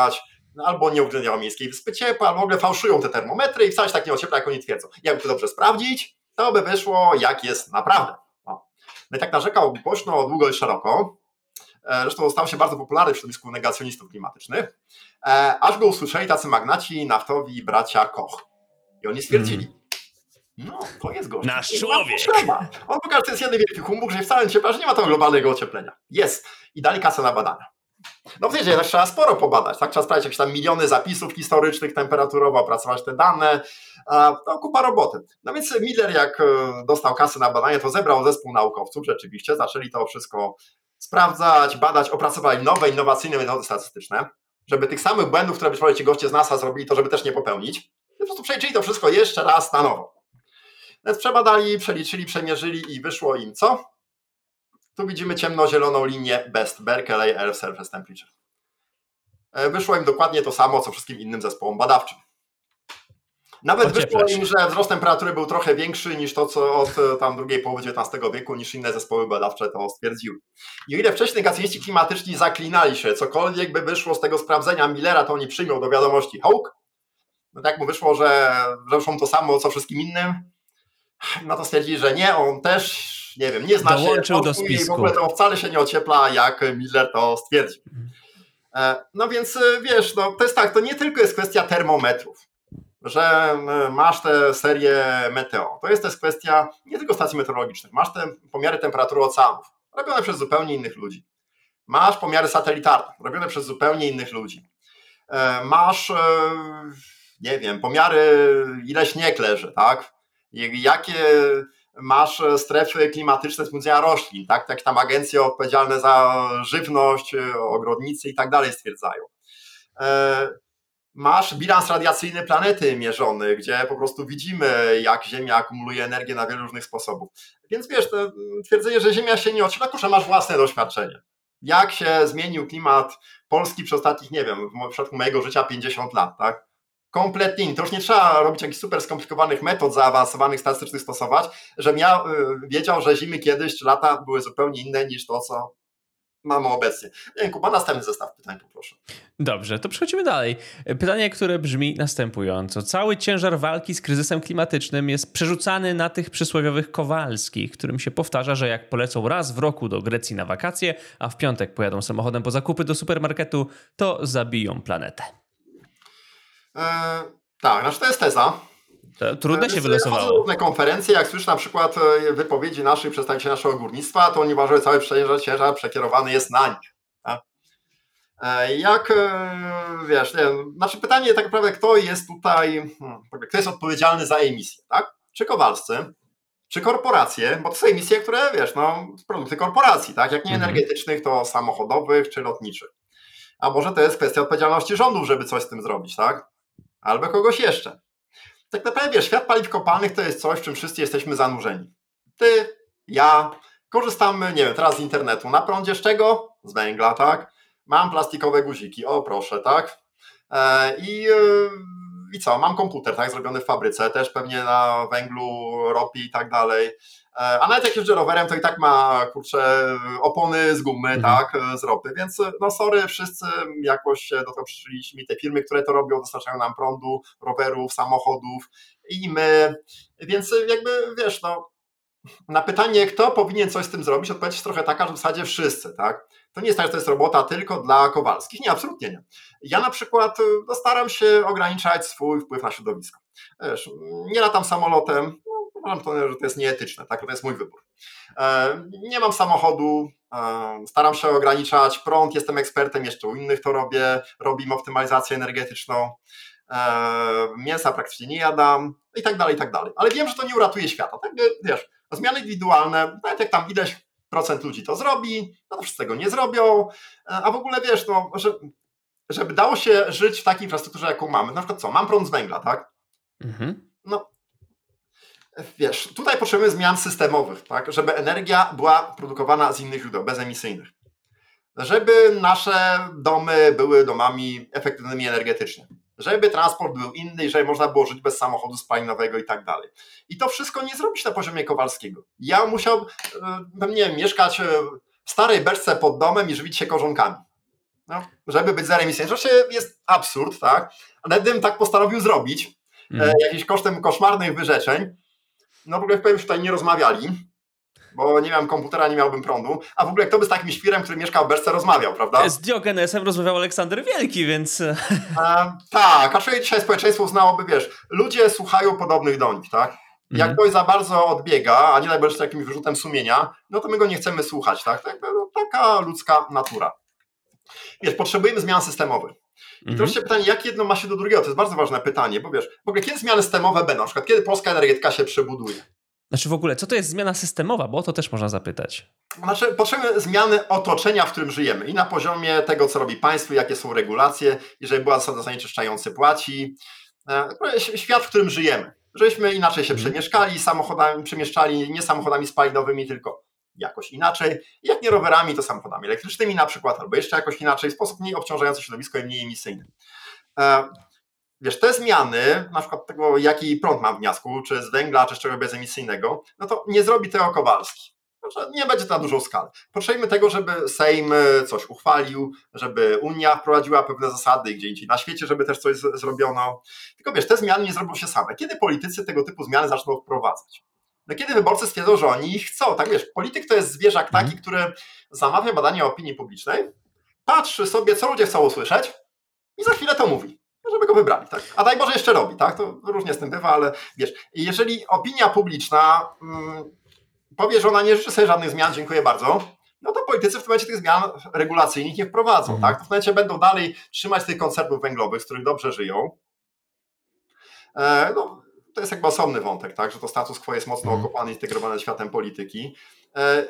albo nie uwzględniają Miejskiej Wyspy Ciepła, albo w ogóle fałszują te termometry i wcale się tak nie ociepla, jak oni twierdzą. Jakby to dobrze sprawdzić, to by wyszło, jak jest naprawdę. O. No i tak narzekał głośno, długo i szeroko. Zresztą stał się bardzo popularny w środowisku negacjonistów klimatycznych, aż go usłyszeli tacy magnaci naftowi bracia Koch. I oni stwierdzili, mm. no to jest gość. Nasz człowiek. On pokaże, że to jest jeden wielki humbug, że wcale nie ciepła, że nie ma tego globalnego ocieplenia. Jest. I dali kasę na badania. No w sensie, tak trzeba sporo pobadać, tak? Trzeba sprawdzić jakieś tam miliony zapisów historycznych, temperaturowo opracować te dane, to kupa roboty. No więc Miller, jak dostał kasę na badanie, to zebrał zespół naukowców, rzeczywiście, zaczęli to wszystko sprawdzać, badać, opracowali nowe, innowacyjne metody statystyczne, żeby tych samych błędów, które być może ci goście z NASA zrobili, to żeby też nie popełnić. I po prostu przeliczyli to wszystko jeszcze raz na nowo. Więc przebadali, przeliczyli, przemierzyli i wyszło im co? Tu widzimy ciemnozieloną linię Best Berkeley Earth Surface Temperature. Wyszło im dokładnie to samo, co wszystkim innym zespołom badawczym. Nawet wyszło im, że wzrost temperatury był trochę większy niż to, co od tam drugiej połowy dziewiętnastego wieku, niż inne zespoły badawcze to stwierdziły. I o ile wcześniej negacjoniści klimatyczni zaklinali się, cokolwiek by wyszło z tego sprawdzenia Millera, to oni przyjmą do wiadomości hołk. No tak mu wyszło, że wyszło to samo, co wszystkim innym. No to stwierdzili, że nie, on też, nie wiem, nie zna się. Dołączył do spisku. W ogóle to wcale się nie ociepla, jak Miller to stwierdził. No więc wiesz, no, to jest tak, to nie tylko jest kwestia termometrów, że masz tę serię meteo. To jest też kwestia nie tylko stacji meteorologicznych. Masz te pomiary temperatury oceanów, robione przez zupełnie innych ludzi. Masz pomiary satelitarne, robione przez zupełnie innych ludzi. Masz, nie wiem, pomiary, ile śnieg leży, tak? Jakie masz strefy klimatyczne spłudzenia roślin, tak? Tak tam agencje odpowiedzialne za żywność, ogrodnicy i tak dalej stwierdzają. Masz bilans radiacyjny planety mierzony, gdzie po prostu widzimy, jak Ziemia akumuluje energię na wielu różnych sposobów. Więc wiesz, to twierdzenie, że Ziemia się nie ociepla, kurczę, masz własne doświadczenie. Jak się zmienił klimat Polski przez ostatnich, nie wiem, w przypadku mojego życia pięćdziesiąt lat, tak? Kompletnie nie. To już nie trzeba robić jakichś super skomplikowanych metod zaawansowanych, statystycznych stosować, żebym ja wiedział, że zimy kiedyś czy lata były zupełnie inne niż to, co mamy obecnie. Nie wiem, Kuba, następny zestaw pytań poproszę. Dobrze, to przechodzimy dalej. Pytanie, które brzmi następująco. Cały ciężar walki z kryzysem klimatycznym jest przerzucany na tych przysłowiowych Kowalskich, którym się powtarza, że jak polecą raz w roku do Grecji na wakacje, a w piątek pojadą samochodem po zakupy do supermarketu, to zabiją planetę. Eee, tak, znaczy to jest teza. To trudne się wylosowało. Różne konferencje, jak słyszę na przykład wypowiedzi naszych przedstawicieli naszego górnictwa, to oni uważają, że cały ciężar, ciężar przekierowany jest na nich. Tak? Jak, wiesz, nie wiem, znaczy pytanie tak naprawdę, kto jest tutaj, hmm, kto jest odpowiedzialny za emisję, tak? Czy Kowalscy, czy korporacje, bo to są emisje, które, wiesz, no, produkty korporacji, tak? Jak nie energetycznych, to samochodowych czy lotniczych. A może to jest kwestia odpowiedzialności rządów, żeby coś z tym zrobić, tak? Albo kogoś jeszcze. Tak naprawdę, wiesz, świat paliw kopalnych to jest coś, w czym wszyscy jesteśmy zanurzeni. Ty, ja, korzystamy, nie wiem, teraz z internetu. Na prądzie z czego? Z węgla, tak? Mam plastikowe guziki, o proszę, tak? E, i, yy, I co? Mam komputer, tak? Zrobiony w fabryce, też pewnie na węglu, ropie i tak dalej. A nawet jak jeżdżę rowerem, to i tak ma, kurczę, opony z gumy, mhm. tak, z ropy, więc no sorry, wszyscy jakoś się do tego przyszliśmy, te firmy, które to robią, dostarczają nam prądu, rowerów, samochodów i my, więc jakby, wiesz, no, na pytanie, kto powinien coś z tym zrobić, odpowiedź jest trochę taka, że w zasadzie wszyscy, tak. To nie jest tak, że to jest robota tylko dla Kowalskich, nie, absolutnie nie. Ja na przykład no, staram się ograniczać swój wpływ na środowisko. Wiesz, nie latam samolotem, uważam to, że to jest nieetyczne, tak? To jest mój wybór. Nie mam samochodu, staram się ograniczać prąd, jestem ekspertem, jeszcze u innych to robię, robimy optymalizację energetyczną, mięsa praktycznie nie jadam i tak dalej, i tak dalej. Ale wiem, że to nie uratuje świata. Tak, wiesz, zmiany indywidualne, nawet jak tam ileś procent ludzi to zrobi, no to wszyscy tego nie zrobią, a w ogóle wiesz, no, że, żeby dało się żyć w takiej infrastrukturze, jaką mamy, na przykład co, mam prąd z węgla, tak? Mhm. No, wiesz, tutaj potrzebujemy zmian systemowych, tak, żeby energia była produkowana z innych źródeł, bezemisyjnych. Żeby nasze domy były domami efektywnymi energetycznie. Żeby transport był inny i żeby można było żyć bez samochodu spalinowego i tak dalej. I to wszystko nie zrobić na poziomie Kowalskiego. Ja musiałbym, nie wiem, mieszkać w starej beczce pod domem i żywić się korzonkami. no, żeby być zeroemisyjnym. Oczywiście jest absurd, tak? Ale gdybym tak postanowił zrobić, Mhm. e, jakimś kosztem koszmarnych wyrzeczeń, no w ogóle powiem, że tutaj nie rozmawiali, bo nie miałem komputera, nie miałbym prądu, a w ogóle kto by z takim świrem, który mieszkał w beczce, rozmawiał, prawda? Z Diogenesem rozmawiał Aleksander Wielki, więc... E, tak, a człowiek dzisiaj społeczeństwo uznałoby, wiesz, ludzie słuchają podobnych do nich, tak? Jak Mhm. ktoś za bardzo odbiega, a nie daj Boże jakimś wyrzutem sumienia, no to my go nie chcemy słuchać, tak? tak no, taka ludzka natura. Wiesz, potrzebujemy zmian systemowych. I to Mhm. już się pytanie, jak jedno ma się do drugiego? To jest bardzo ważne pytanie, bo wiesz, w ogóle kiedy zmiany systemowe będą? Na przykład, kiedy polska energetyka się przebuduje? Znaczy w ogóle, co to jest zmiana systemowa? Bo o to też można zapytać. Znaczy, potrzebujemy zmiany otoczenia, w którym żyjemy. I na poziomie tego, co robi państwo, jakie są regulacje, jeżeli była zasada zanieczyszczający płaci. E, Świat, w którym żyjemy. Żebyśmy inaczej się Mhm. przemieszkali, samochodami, przemieszczali nie samochodami spalinowymi, tylko jakoś inaczej. Jak nie rowerami, to samochodami elektrycznymi na przykład, albo jeszcze jakoś inaczej, w sposób mniej obciążający środowisko i mniej emisyjny. E, Wiesz, te zmiany, na przykład tego, jaki prąd mam w wniazku, czy z węgla, czy z czegoś bezemisyjnego, no to nie zrobi tego Kowalski. Znaczy, nie będzie to na dużą skalę. Potrzebujemy tego, żeby Sejm coś uchwalił, żeby Unia wprowadziła pewne zasady, gdzie indziej na świecie, żeby też coś z- zrobiono. Tylko wiesz, te zmiany nie zrobią się same. Kiedy politycy tego typu zmiany zaczną wprowadzać? No kiedy wyborcy stwierdzą, że oni ich chcą. Tak wiesz, polityk to jest zwierzak taki, Mhm. który zamawia badania opinii publicznej, patrzy sobie, co ludzie chcą usłyszeć i za chwilę to mówi. Żeby go wybrali, tak? A daj Boże jeszcze robi, tak? To różnie z tym bywa, ale wiesz, jeżeli opinia publiczna mm, powie, że ona nie życzy sobie żadnych zmian, dziękuję bardzo, no to politycy w tym momencie tych zmian regulacyjnych nie wprowadzą, Mhm. tak? To w tym momencie będą dalej trzymać tych koncernów węglowych, z których dobrze żyją. E, no, to jest jakby osobny wątek, tak? Że to status quo jest mocno Mhm. okopany, integrowany światem polityki. E,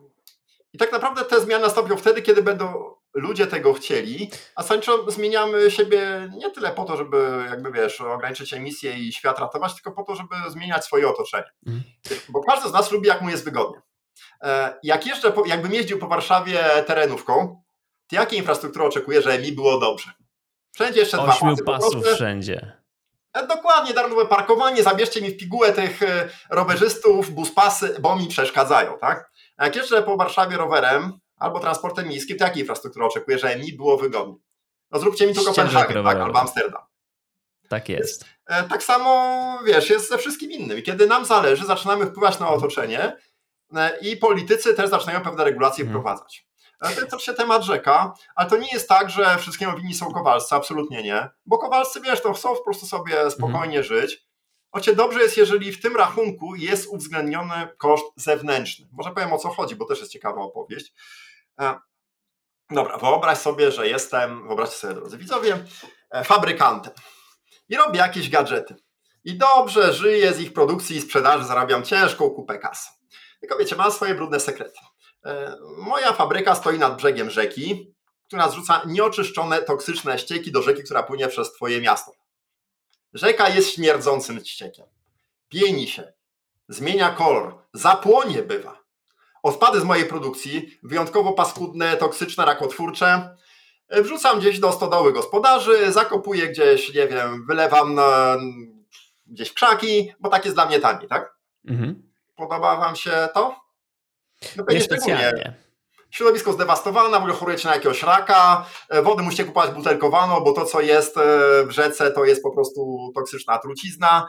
I tak naprawdę te zmiany nastąpią wtedy, kiedy będą ludzie tego chcieli, a zasadniczo zmieniamy siebie nie tyle po to, żeby jakby wiesz, ograniczyć emisję i świat ratować, tylko po to, żeby zmieniać swoje otoczenie. Mhm. Bo każdy z nas lubi, jak mu jest wygodnie. E, Jak jeżdżę, po- jakbym jeździł po Warszawie terenówką, to jakiej infrastruktury oczekuję, że mi było dobrze? Wszędzie jeszcze dwa Ośmiu pasy po pasów drodze. wszędzie. E, Dokładnie, darmowe parkowanie, zabierzcie mi w pigułę tych e, rowerzystów, buspasy, bo mi przeszkadzają, tak? A jak jeżdżę po Warszawie rowerem albo transportem miejskim, to jakiej infrastruktury oczekuję, że mi było wygodnie? No zróbcie mi tu Ścieżek Kopenhagen, tak? rowerowych. Albo Amsterdam. Tak jest. E, Tak samo, wiesz, jest ze wszystkim innym. I kiedy nam zależy, zaczynamy wpływać na otoczenie e, i politycy też zaczynają pewne regulacje Mhm. wprowadzać. E, To jest oczywiście temat rzeka, ale to nie jest tak, że wszystkiemu winni są Kowalscy, absolutnie nie. Bo Kowalscy, wiesz, to chcą po prostu sobie spokojnie żyć. Ocie dobrze jest, jeżeli w tym rachunku jest uwzględniony koszt zewnętrzny. Może powiem, o co chodzi, bo też jest ciekawa opowieść. E, Dobra, wyobraź sobie, że jestem, wyobraźcie sobie, drodzy widzowie, e, fabrykantem i robię jakieś gadżety. I dobrze żyję z ich produkcji i sprzedaży, zarabiam ciężką kupę kasy. Tylko wiecie, mam swoje brudne sekrety. E, Moja fabryka stoi nad brzegiem rzeki, która zrzuca nieoczyszczone, toksyczne ścieki do rzeki, która płynie przez twoje miasto. Rzeka jest śmierdzącym ściekiem. Pieni się, zmienia kolor, zapłonie bywa. Odpady z mojej produkcji, wyjątkowo paskudne, toksyczne, rakotwórcze, wrzucam gdzieś do stodoły gospodarzy, zakopuję gdzieś, nie wiem, wylewam na, gdzieś w krzaki, bo tak jest dla mnie taniej, tak? Mhm. Podoba wam się to? No pewnie szczególnie. Niespecjalnie. Środowisko zdewastowane, w ogóle chorujecie na jakiegoś raka, wody musicie kupować butelkowaną, bo to, co jest w rzece, to jest po prostu toksyczna trucizna.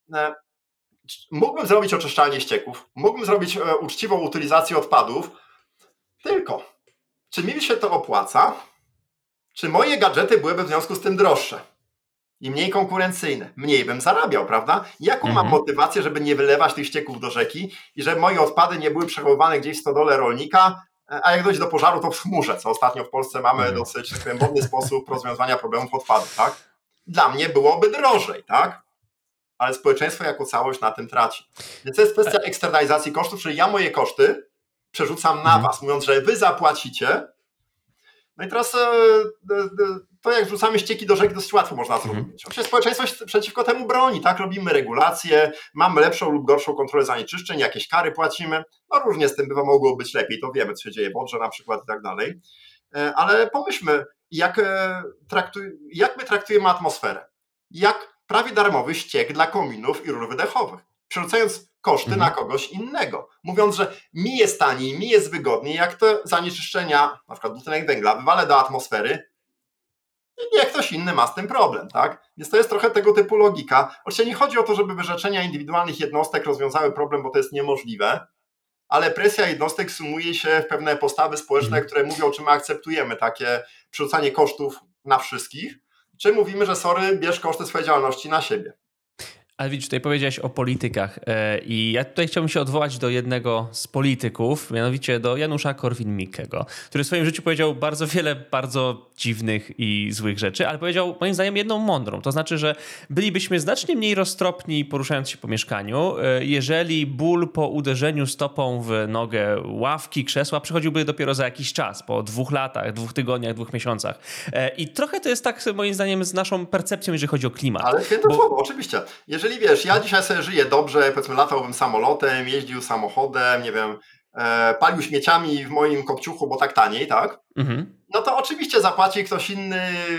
Mógłbym zrobić oczyszczalnię ścieków, mógłbym zrobić uczciwą utylizację odpadów, tylko czy mi się to opłaca? Czy moje gadżety byłyby w związku z tym droższe i mniej konkurencyjne? Mniej bym zarabiał, prawda? Jaką mam Mhm. motywację, żeby nie wylewać tych ścieków do rzeki i żeby moje odpady nie były przechowywane gdzieś w stodole rolnika, a jak dojdzie do pożaru, to w chmurze, co ostatnio w Polsce mamy Mhm. dosyć tak powiem, modny sposób rozwiązywania problemów odpadów, tak? Dla mnie byłoby drożej, tak? Ale społeczeństwo jako całość na tym traci. Więc to jest kwestia eksternalizacji kosztów, czyli ja moje koszty przerzucam na Mhm. was, mówiąc, że wy zapłacicie. No i teraz e, e, to jak rzucamy ścieki do rzeki, dosyć łatwo można Mhm. zrozumieć. Oczywiście społeczeństwo się przeciwko temu broni, tak? Robimy regulacje, mamy lepszą lub gorszą kontrolę zanieczyszczeń, jakieś kary płacimy. No różnie z tym bywa, mogło być lepiej, to wiemy, co się dzieje w Odrze na przykład i tak dalej. E, Ale pomyślmy, jak, e, traktuj, jak my traktujemy atmosferę. Jak prawie darmowy ściek dla kominów i rur wydechowych. przerzucając koszty Mhm. na kogoś innego. Mówiąc, że mi jest taniej, mi jest wygodniej, jak te zanieczyszczenia, na przykład dwutlenek węgla, wywalę do atmosfery, i niech ktoś inny ma z tym problem, tak? Więc to jest trochę tego typu logika. Oczywiście nie chodzi o to, żeby wyrzeczenia indywidualnych jednostek rozwiązały problem, bo to jest niemożliwe, ale presja jednostek sumuje się w pewne postawy społeczne, Mhm. które mówią, czy my akceptujemy takie przerzucanie kosztów na wszystkich, czy mówimy, że sorry, bierz koszty swojej działalności na siebie. Ale widzisz, tutaj powiedziałeś o politykach e, i ja tutaj chciałbym się odwołać do jednego z polityków, mianowicie do Janusza Korwin-Mikkego, który w swoim życiu powiedział bardzo wiele bardzo dziwnych i złych rzeczy, ale powiedział moim zdaniem jedną mądrą, to znaczy, że bylibyśmy znacznie mniej roztropni poruszając się po mieszkaniu, e, jeżeli ból po uderzeniu stopą w nogę ławki, krzesła przychodziłby dopiero za jakiś czas, po dwóch latach, dwóch tygodniach, dwóch miesiącach. E, I trochę to jest tak moim zdaniem z naszą percepcją, jeżeli chodzi o klimat. Ale święte Bo... słowo, oczywiście. Jeżeli wiesz, ja dzisiaj sobie żyję dobrze, powiedzmy latałbym samolotem, jeździł samochodem, nie wiem, e, palił śmieciami w moim kopciuchu, bo tak taniej, tak? Mhm. No to oczywiście zapłaci ktoś inny,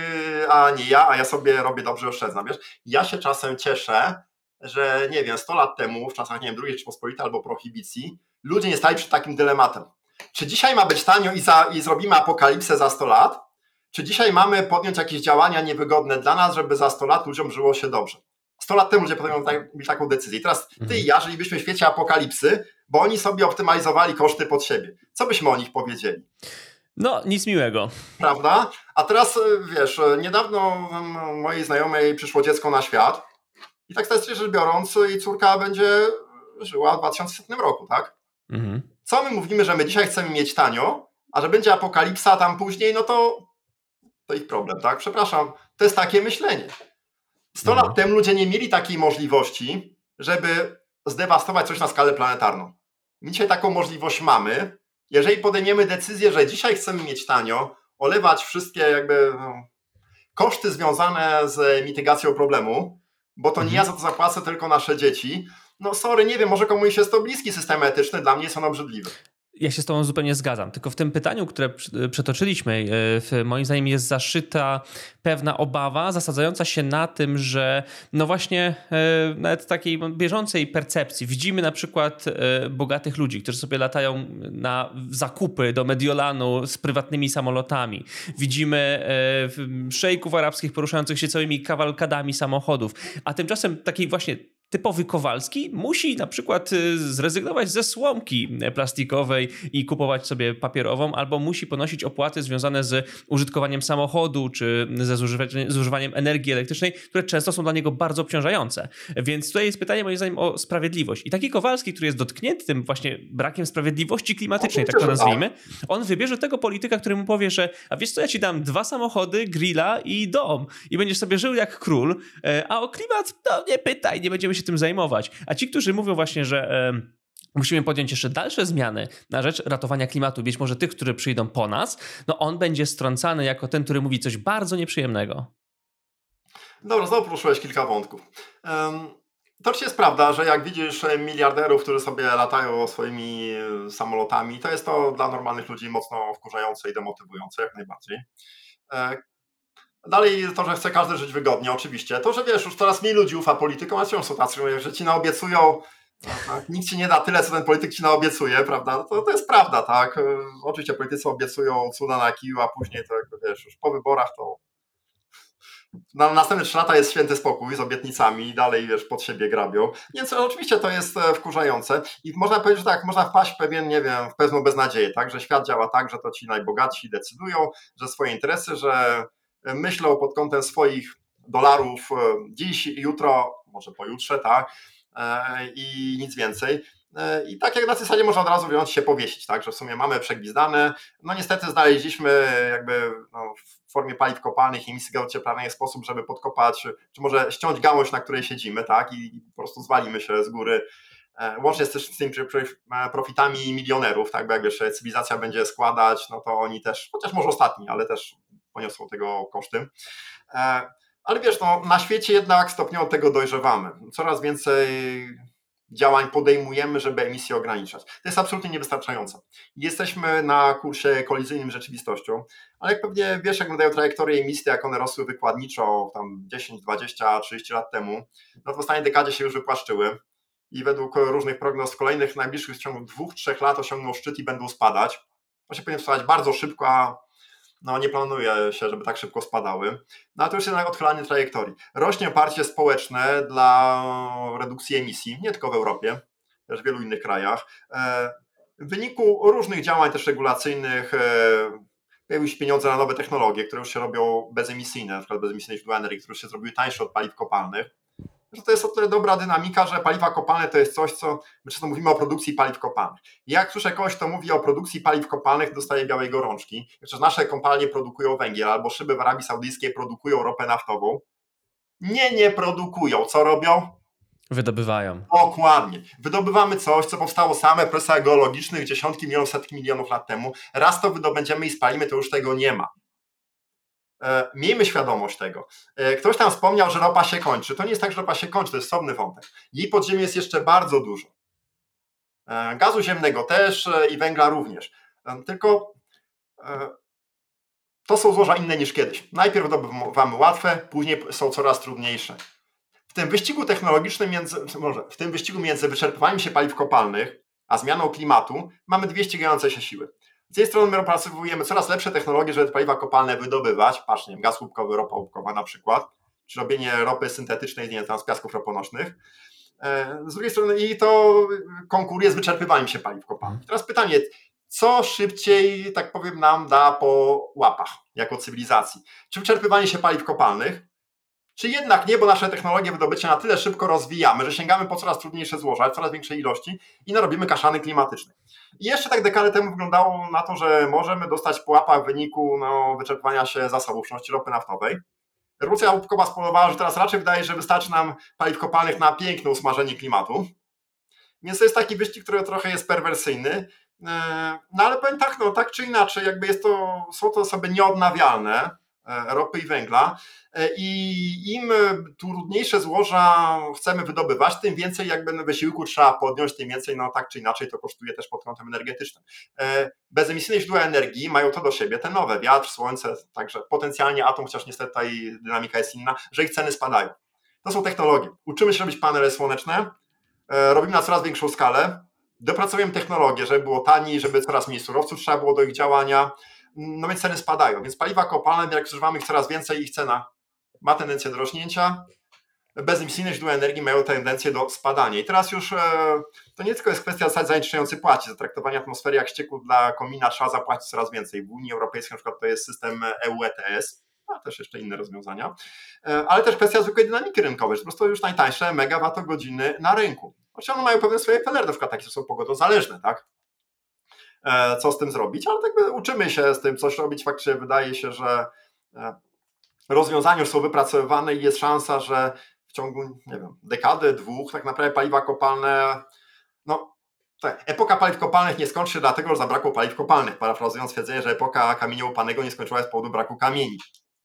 a nie ja, a ja sobie robię dobrze, oszczędzam, wiesz? Ja się czasem cieszę, że nie wiem, sto lat temu, w czasach, nie wiem, drugiej Rzeczypospolitej albo prohibicji, ludzie nie stali przed takim dylematem. Czy dzisiaj ma być tanio i, za, i zrobimy apokalipsę za sto lat? Czy dzisiaj mamy podjąć jakieś działania niewygodne dla nas, żeby za sto lat ludziom żyło się dobrze? sto lat temu ludzie podejmą taką decyzję. I teraz ty i ja żylibyśmy w świecie apokalipsy, bo oni sobie optymalizowali koszty pod siebie. Co byśmy o nich powiedzieli? No, nic miłego. Prawda? A teraz, wiesz, niedawno mojej znajomej przyszło dziecko na świat i tak statystycznie rzecz biorąc jej córka będzie żyła w dwa tysiące setnym roku, tak? Mhm. Co my mówimy, że my dzisiaj chcemy mieć tanio, a że będzie apokalipsa tam później, no to to ich problem, tak? Przepraszam, to jest takie myślenie. sto Mhm. lat temu ludzie nie mieli takiej możliwości, żeby zdewastować coś na skalę planetarną. My dzisiaj taką możliwość mamy. Jeżeli podejmiemy decyzję, że dzisiaj chcemy mieć tanio, olewać wszystkie jakby no, koszty związane z mitygacją problemu, bo to nie Mhm. ja za to zapłacę, tylko nasze dzieci, no sorry, nie wiem, może komuś jest to bliski system etyczny, dla mnie jest on obrzydliwy. Ja się z tobą zupełnie zgadzam, tylko w tym pytaniu, które przetoczyliśmy, moim zdaniem jest zaszyta pewna obawa zasadzająca się na tym, że no właśnie nawet takiej bieżącej percepcji widzimy na przykład bogatych ludzi, którzy sobie latają na zakupy do Mediolanu z prywatnymi samolotami. Widzimy szejków arabskich poruszających się całymi kawalkadami samochodów, a tymczasem takiej właśnie typowy Kowalski musi na przykład zrezygnować ze słomki plastikowej i kupować sobie papierową, albo musi ponosić opłaty związane z użytkowaniem samochodu, czy ze zużywaniem energii elektrycznej, które często są dla niego bardzo obciążające. Więc tutaj jest pytanie moim zdaniem o sprawiedliwość. I taki Kowalski, który jest dotknięty tym właśnie brakiem sprawiedliwości klimatycznej, tak to nazwijmy, on wybierze tego polityka, który mu powie, że a wiesz co, ja ci dam dwa samochody, grilla i dom i będziesz sobie żył jak król, a o klimat to nie pytaj, nie będziemy się tym zajmować. A ci, którzy mówią właśnie, że e, musimy podjąć jeszcze dalsze zmiany na rzecz ratowania klimatu, być może tych, które przyjdą po nas, no on będzie strącany jako ten, który mówi coś bardzo nieprzyjemnego. Dobra, znowu poruszyłeś kilka wątków. Um, to oczywiście jest prawda, że jak widzisz miliarderów, którzy sobie latają swoimi samolotami, to jest to dla normalnych ludzi mocno wkurzające i demotywujące, jak najbardziej. E, Dalej to, że chce każdy żyć wygodnie, oczywiście. To, że wiesz, już coraz mniej ludzi ufa politykom, a są tacy, że ci naobiecują, tak, nikt ci nie da tyle, co ten polityk ci naobiecuje, prawda? To, to jest prawda, tak? Oczywiście politycy obiecują cuda na kiju, a później to jakby wiesz, już po wyborach to na następne trzy lata jest święty spokój z obietnicami i dalej, wiesz, pod siebie grabią. Więc oczywiście to jest wkurzające i można powiedzieć, że tak, można wpaść w pewien, nie wiem, w pewną beznadzieję, tak? Że świat działa tak, że to ci najbogatsi decydują, że swoje interesy, że myślą pod kątem swoich dolarów dziś, jutro, może pojutrze, tak, i nic więcej. I tak jak na tej zasadzie można od razu wziąć się powiesić, tak, że w sumie mamy przegwizdane. No niestety znaleźliśmy jakby no, w formie paliw kopalnych i emisji gazów cieplarnianych sposób, żeby podkopać, czy może ściąć gałąź, na której siedzimy, tak, i po prostu zwalimy się z góry. Łącznie też z tymi profitami milionerów, tak, bo jak wiesz, cywilizacja będzie składać, no to oni też, chociaż może ostatni, ale też poniosą tego koszty. Ale wiesz, no, na świecie jednak stopniowo tego dojrzewamy. Coraz więcej działań podejmujemy, żeby emisję ograniczać. To jest absolutnie niewystarczające. Jesteśmy na kursie kolizyjnym z rzeczywistością, ale jak pewnie wiesz, jak wyglądają trajektorie emisji, jak one rosły wykładniczo tam dziesięć, dwadzieścia, trzydzieści lat temu, no to w ostatniej dekadzie się już wypłaszczyły. i według różnych prognoz kolejnych w najbliższych w ciągu dwóch, trzech lat osiągną szczyt i będą spadać. To się powinien spadać bardzo szybko, a no nie planuje się, żeby tak szybko spadały. No a to już jednak odchylanie trajektorii. Rośnie oparcie społeczne dla redukcji emisji, nie tylko w Europie, też w wielu innych krajach. W wyniku różnych działań też regulacyjnych pojawiły się pieniądze na nowe technologie, które już się robią bezemisyjne, na przykład bezemisyjne źródła energii, które już się zrobiły tańsze od paliw kopalnych. Że to jest o tyle dobra dynamika, że paliwa kopalne to jest coś, co my często mówimy o produkcji paliw kopalnych. Jak słyszę kogoś, kto mówi o produkcji paliw kopalnych, dostaje białej gorączki. Przecież nasze kopalnie produkują węgiel, albo szyby w Arabii Saudyjskiej produkują ropę naftową. Nie, nie produkują. Co robią? Wydobywają. Dokładnie. Wydobywamy coś, co powstało same w procesach geologicznych dziesiątki milionów, setki milionów lat temu. Raz to wydobędziemy i spalimy, to już tego nie ma. E, miejmy świadomość tego. E, ktoś tam wspomniał, że ropa się kończy. To nie jest tak, że ropa się kończy, to jest osobny wątek. Jej podziemie jest jeszcze bardzo dużo. E, gazu ziemnego też e, i węgla również. E, tylko e, to są złoża inne niż kiedyś. Najpierw wydobywamy łatwe, później są coraz trudniejsze. W tym wyścigu technologicznym, między, może w tym wyścigu między wyczerpywaniem się paliw kopalnych a zmianą klimatu mamy dwie ścigające się siły. Z jednej strony my opracowujemy coraz lepsze technologie, żeby te paliwa kopalne wydobywać, patrz, nie wiem, gaz łupkowy, ropa łupkowa na przykład, czy robienie ropy syntetycznej, nie wiem, tam z piasków roponośnych. Z drugiej strony i to konkuruje z wyczerpywaniem się paliw kopalnych. Teraz pytanie, co szybciej, tak powiem, nam da po łapach jako cywilizacji? Czy wyczerpywanie się paliw kopalnych? Czy jednak nie, bo nasze technologie wydobycia na tyle szybko rozwijamy, że sięgamy po coraz trudniejsze złoża, coraz większej ilości i narobimy kaszany klimatyczne. I jeszcze tak dekadę temu wyglądało na to, że możemy dostać po łapach w wyniku no, wyczerpywania się zasobów, w szczególności ropy naftowej. Rewolucja łupkowa spowodowała, że teraz raczej wydaje się, że wystarczy nam paliw kopalnych na piękne usmażenie klimatu. Więc to jest taki wyścig, który trochę jest perwersyjny. No ale powiem tak, no tak czy inaczej, jakby jest to, są to osoby nieodnawialne, ropy i węgla i im trudniejsze złoża chcemy wydobywać, tym więcej jakby wysiłku trzeba podjąć, tym więcej, no tak czy inaczej to kosztuje też pod kątem energetycznym. Bezemisyjne źródła energii mają to do siebie, te nowe, wiatr, słońce, także potencjalnie atom, chociaż niestety ta dynamika jest inna, że ich ceny spadają. To są technologie. Uczymy się robić panele słoneczne, robimy na coraz większą skalę, dopracujemy technologię, żeby było taniej, żeby coraz mniej surowców trzeba było do ich działania, no więc ceny spadają. Więc paliwa kopalne, jak zużywamy ich coraz więcej, ich cena ma tendencję do rośnięcia. Bezemisyjne źródła energii mają tendencję do spadania. I teraz już to nie tylko jest kwestia zasad zanieczyszczający płaci. Za traktowanie atmosfery jak ścieku dla komina trzeba zapłacić coraz więcej. W Unii Europejskiej na przykład to jest system E U E T S, a też jeszcze inne rozwiązania. Ale też kwestia zwykłej dynamiki rynkowej, że po prostu już najtańsze megawattogodziny na rynku. Oczywiście one mają pewne swoje felery, na przykład takie są pogodozależne, tak? Co z tym zrobić, ale tak uczymy się z tym coś robić. Faktycznie wydaje się, że rozwiązania już są wypracowywane i jest szansa, że w ciągu, nie wiem, dekady, dwóch, tak naprawdę paliwa kopalne, no tak, epoka paliw kopalnych nie skończy się dlatego, że zabrakło paliw kopalnych, parafrazując stwierdzenie, że epoka kamienia łupanego nie skończyła się z powodu braku kamieni.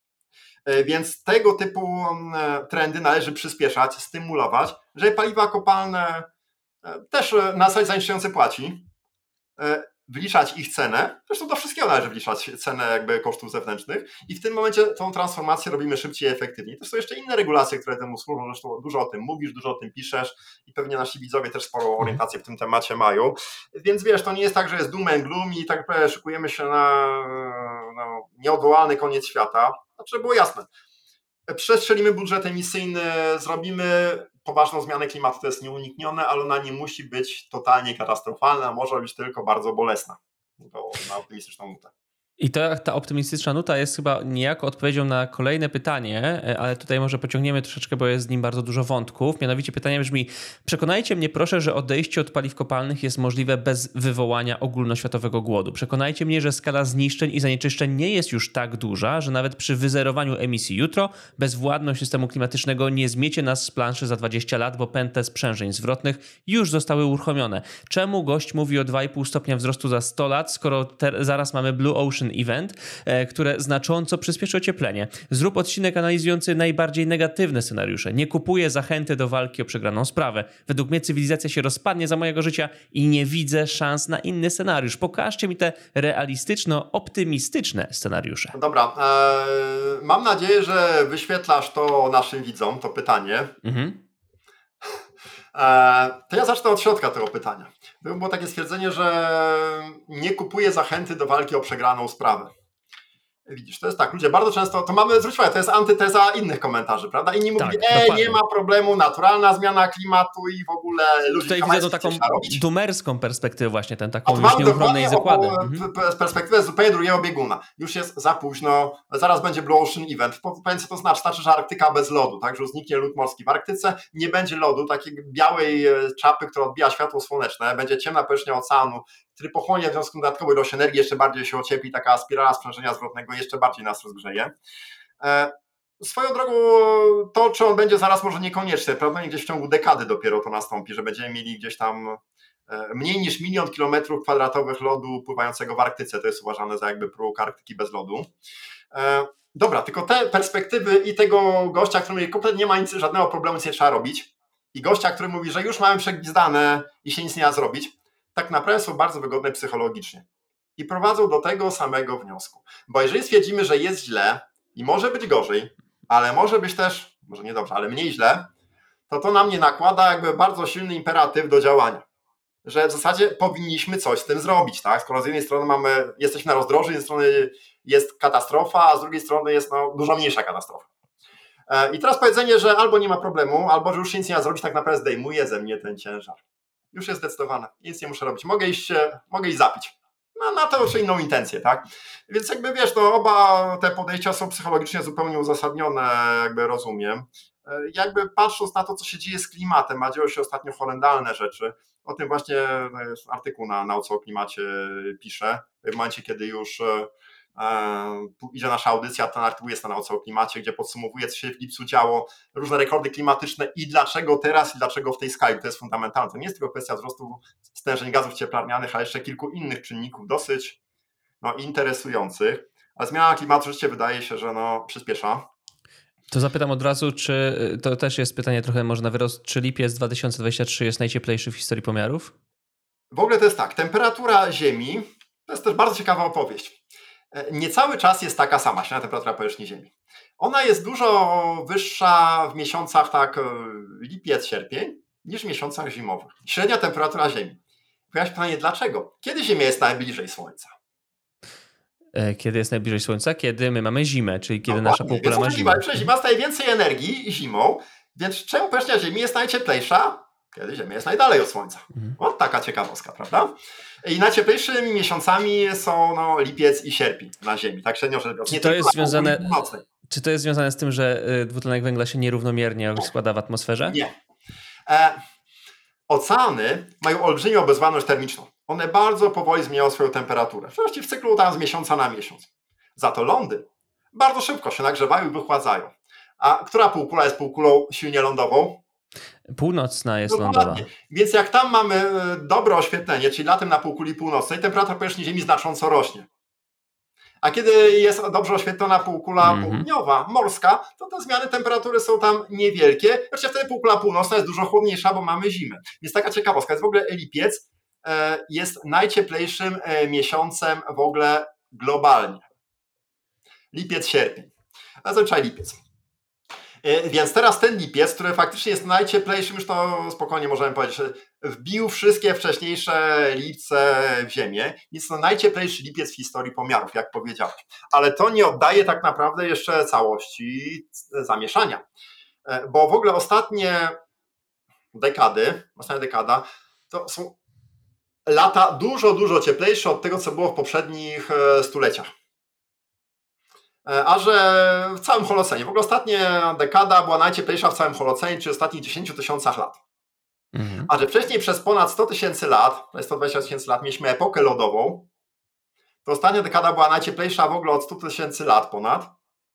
Więc tego typu trendy należy przyspieszać, stymulować, że paliwa kopalne też na zasadzie zanieczyszczający płaci, wliczać ich cenę, zresztą do wszystkiego należy wliczać cenę jakby kosztów zewnętrznych i w tym momencie tą transformację robimy szybciej i efektywniej. To są jeszcze inne regulacje, które temu służą, zresztą dużo o tym mówisz, dużo o tym piszesz i pewnie nasi widzowie też sporą orientację w tym temacie mają, więc wiesz, to nie jest tak, że jest doom and gloom i tak naprawdę szykujemy się na, na nieodwołalny koniec świata, znaczy, żeby było jasne. Przestrzelimy budżet emisyjny, zrobimy poważną zmianę klimatu, to jest nieuniknione, ale ona nie musi być totalnie katastrofalna, może być tylko bardzo bolesna. To na optymistyczną nutę. I to, ta optymistyczna nuta jest chyba niejako odpowiedzią na kolejne pytanie, ale tutaj może pociągniemy troszeczkę, bo jest z nim bardzo dużo wątków. Mianowicie pytanie brzmi: przekonajcie mnie proszę, że odejście od paliw kopalnych jest możliwe bez wywołania ogólnoświatowego głodu. Przekonajcie mnie, że skala zniszczeń i zanieczyszczeń nie jest już tak duża, że nawet przy wyzerowaniu emisji jutro bezwładność systemu klimatycznego nie zmiecie nas z planszy za dwadzieścia lat, bo pętle sprzężeń zwrotnych już zostały uruchomione. Czemu gość mówi o dwa i pół stopnia wzrostu za sto lat, skoro te, zaraz mamy Blue Ocean Event, które znacząco przyspieszy ocieplenie. Zrób odcinek analizujący najbardziej negatywne scenariusze. Nie kupuję zachęty do walki o przegraną sprawę. Według mnie cywilizacja się rozpadnie za mojego życia i nie widzę szans na inny scenariusz. Pokażcie mi te realistyczno-optymistyczne scenariusze. Dobra, e, mam nadzieję, że wyświetlasz to naszym widzom, to pytanie. Mhm. To ja zacznę od środka tego pytania. Było takie stwierdzenie, że nie kupuję zachęty do walki o przegraną sprawę. Widzisz, to jest tak, ludzie bardzo często, to mamy, zwróć uwagę, to jest antyteza innych komentarzy, prawda? Inni Tak, mówią, e, nie ma problemu, naturalna zmiana klimatu i w ogóle ludzie... Tutaj widzę to taką dumerską perspektywę właśnie, ten taką już nieuchronnej zakłady. Mhm. Z perspektywy zupełnie drugiego bieguna. Już jest za późno, zaraz będzie Blue Ocean Event. Powiem, co to znaczy? Znaczy, że Arktyka bez lodu, tak? Że zniknie lód morski. W Arktyce nie będzie lodu, takiej białej czapy, która odbija światło słoneczne, będzie ciemna powierzchnia oceanu, który pochłonie w związku z dodatkowej ilość energii, jeszcze bardziej się ociepli, taka spirala sprzężenia zwrotnego jeszcze bardziej nas rozgrzeje. E, swoją drogą to, czy on będzie zaraz, może niekoniecznie, prawda? Gdzieś w ciągu dekady dopiero to nastąpi, że będziemy mieli gdzieś tam e, mniej niż milion kilometrów kwadratowych lodu pływającego w Arktyce. To jest uważane za jakby próg Arktyki bez lodu. E, dobra, tylko te perspektywy i tego gościa, który mówi, kompletnie nie ma nic, żadnego problemu, nic nie trzeba robić, i gościa, który mówi, że już mamy przegwizdane i się nic nie da zrobić, tak naprawdę są bardzo wygodne psychologicznie i prowadzą do tego samego wniosku. Bo jeżeli stwierdzimy, że jest źle i może być gorzej, ale może być też, może nie dobrze, ale mniej źle, to to na mnie nakłada jakby bardzo silny imperatyw do działania. Że w zasadzie powinniśmy coś z tym zrobić, tak? Skoro z jednej strony mamy, jesteśmy na rozdrożu, z jednej strony jest katastrofa, a z drugiej strony jest no, dużo mniejsza katastrofa. I teraz powiedzenie, że albo nie ma problemu, albo że już się nic nie da zrobić, tak naprawdę zdejmuje ze mnie ten ciężar. Już jest zdecydowane, nic nie muszę robić. Mogę iść, mogę iść zapić. No, na to już inną intencję, tak? Więc jakby wiesz, to oba te podejścia są psychologicznie zupełnie uzasadnione, jakby rozumiem. Jakby patrząc na to, co się dzieje z klimatem, a dzieją się ostatnio horrendalne rzeczy, o tym właśnie artykuł na Nauce o Klimacie pisze, w momencie, kiedy już idzie nasza audycja, ten artykuł jest na Nauce o Klimacie, gdzie podsumowuje, co się w lipcu działo, różne rekordy klimatyczne i dlaczego teraz i dlaczego w tej skali. To jest fundamentalne. To nie jest tylko kwestia wzrostu stężeń gazów cieplarnianych, ale jeszcze kilku innych czynników dosyć no, interesujących. A zmiana klimatu rzeczywiście wydaje się, że no, przyspiesza. To zapytam od razu, czy to też jest pytanie trochę może na wyrost, czy lipiec dwa tysiące dwudziesty trzeci jest najcieplejszy w historii pomiarów? W ogóle to jest tak, temperatura Ziemi, to jest też bardzo ciekawa opowieść. Nie cały czas jest taka sama, średnia temperatura powierzchni Ziemi. Ona jest dużo wyższa w miesiącach tak lipiec, sierpień niż w miesiącach zimowych. Średnia temperatura Ziemi. Pojawia się pytanie, dlaczego? Kiedy Ziemia jest najbliżej Słońca? Kiedy jest najbliżej Słońca? Kiedy my mamy zimę, czyli kiedy no nasza ładnie, półkula ma zimę. Zima, zima staje więcej energii zimą, więc czemu powierzchnia Ziemi jest najcieplejsza? Kiedy Ziemia jest najdalej od Słońca. Mhm. O, taka ciekawostka, prawda? I najcieplejszymi miesiącami są no, lipiec i sierpień na Ziemi, tak średnio rzecz biorąc. Czy to jest związane, czy to jest związane z tym, że dwutlenek węgla się nierównomiernie składa w atmosferze? Nie. E, oceany mają olbrzymią obezwładność termiczną. One bardzo powoli zmieniają swoją temperaturę. Właściwie w cyklu tam z miesiąca na miesiąc. Za to lądy bardzo szybko się nagrzewają i wychładzają. A która półkula jest półkulą silnie lądową? Północna jest Dokładnie. lądowa. Więc jak tam mamy dobre oświetlenie, czyli latem na półkuli północnej, temperatura powierzchni Ziemi znacząco rośnie. A kiedy jest dobrze oświetlona półkula mm-hmm. południowa, morska, to te zmiany temperatury są tam niewielkie. Zresztą wtedy półkula północna jest dużo chłodniejsza, bo mamy zimę. Więc taka ciekawostka. Jest w ogóle lipiec e, jest najcieplejszym e, miesiącem w ogóle globalnie. Lipiec, sierpień. A zazwyczaj lipiec. Więc teraz ten lipiec, który faktycznie jest najcieplejszym, już to spokojnie możemy powiedzieć, wbił wszystkie wcześniejsze lipce w ziemię. Jest to najcieplejszy lipiec w historii pomiarów, jak powiedziałeś. Ale to nie oddaje tak naprawdę jeszcze całości zamieszania. Bo w ogóle ostatnie dekady, ostatnia dekada, to są lata dużo, dużo cieplejsze od tego, co było w poprzednich stuleciach. A że w całym Holocenie, w ogóle ostatnia dekada była najcieplejsza w całym Holocenie, czyli ostatnich dziesięciu tysiącach lat. Mhm. A że wcześniej przez ponad sto tysięcy lat, to jest sto dwadzieścia tysięcy lat, mieliśmy epokę lodową, to ostatnia dekada była najcieplejsza w ogóle od stu tysięcy lat ponad.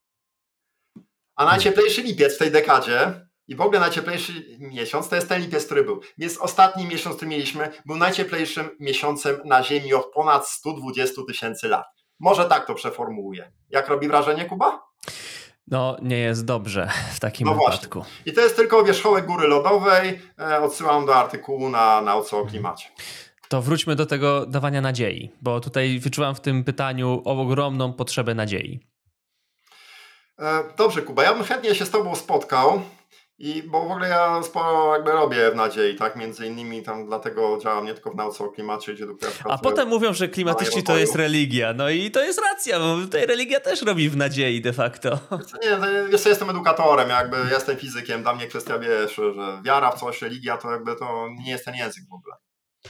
A najcieplejszy lipiec w tej dekadzie i w ogóle najcieplejszy miesiąc to jest ten lipiec, który był. Więc ostatni miesiąc, który mieliśmy, był najcieplejszym miesiącem na Ziemi od ponad stu dwudziestu tysięcy lat. Może tak to przeformułuję. Jak robi wrażenie, Kuba? No, nie jest dobrze w takim no wypadku. Właśnie. I to jest tylko wierzchołek góry lodowej. E, odsyłam do artykułu na Nauce o Klimacie. To wróćmy do tego dawania nadziei, bo tutaj wyczułam w tym pytaniu ogromną potrzebę nadziei. E, dobrze, Kuba, ja bym chętnie się z Tobą spotkał I bo w ogóle ja sporo jakby robię w nadziei, tak? Między innymi tam dlatego działam nie tylko w nauce o klimacie, gdzie edukuję. A potem mówią, że klimatyści to jest religia. No i to jest racja, bo tutaj religia też robi w nadziei de facto. Nie, jeszcze jestem edukatorem, jakby jestem fizykiem, dla mnie kwestia, wiesz, że wiara w coś, religia, to jakby to nie jest ten język w ogóle.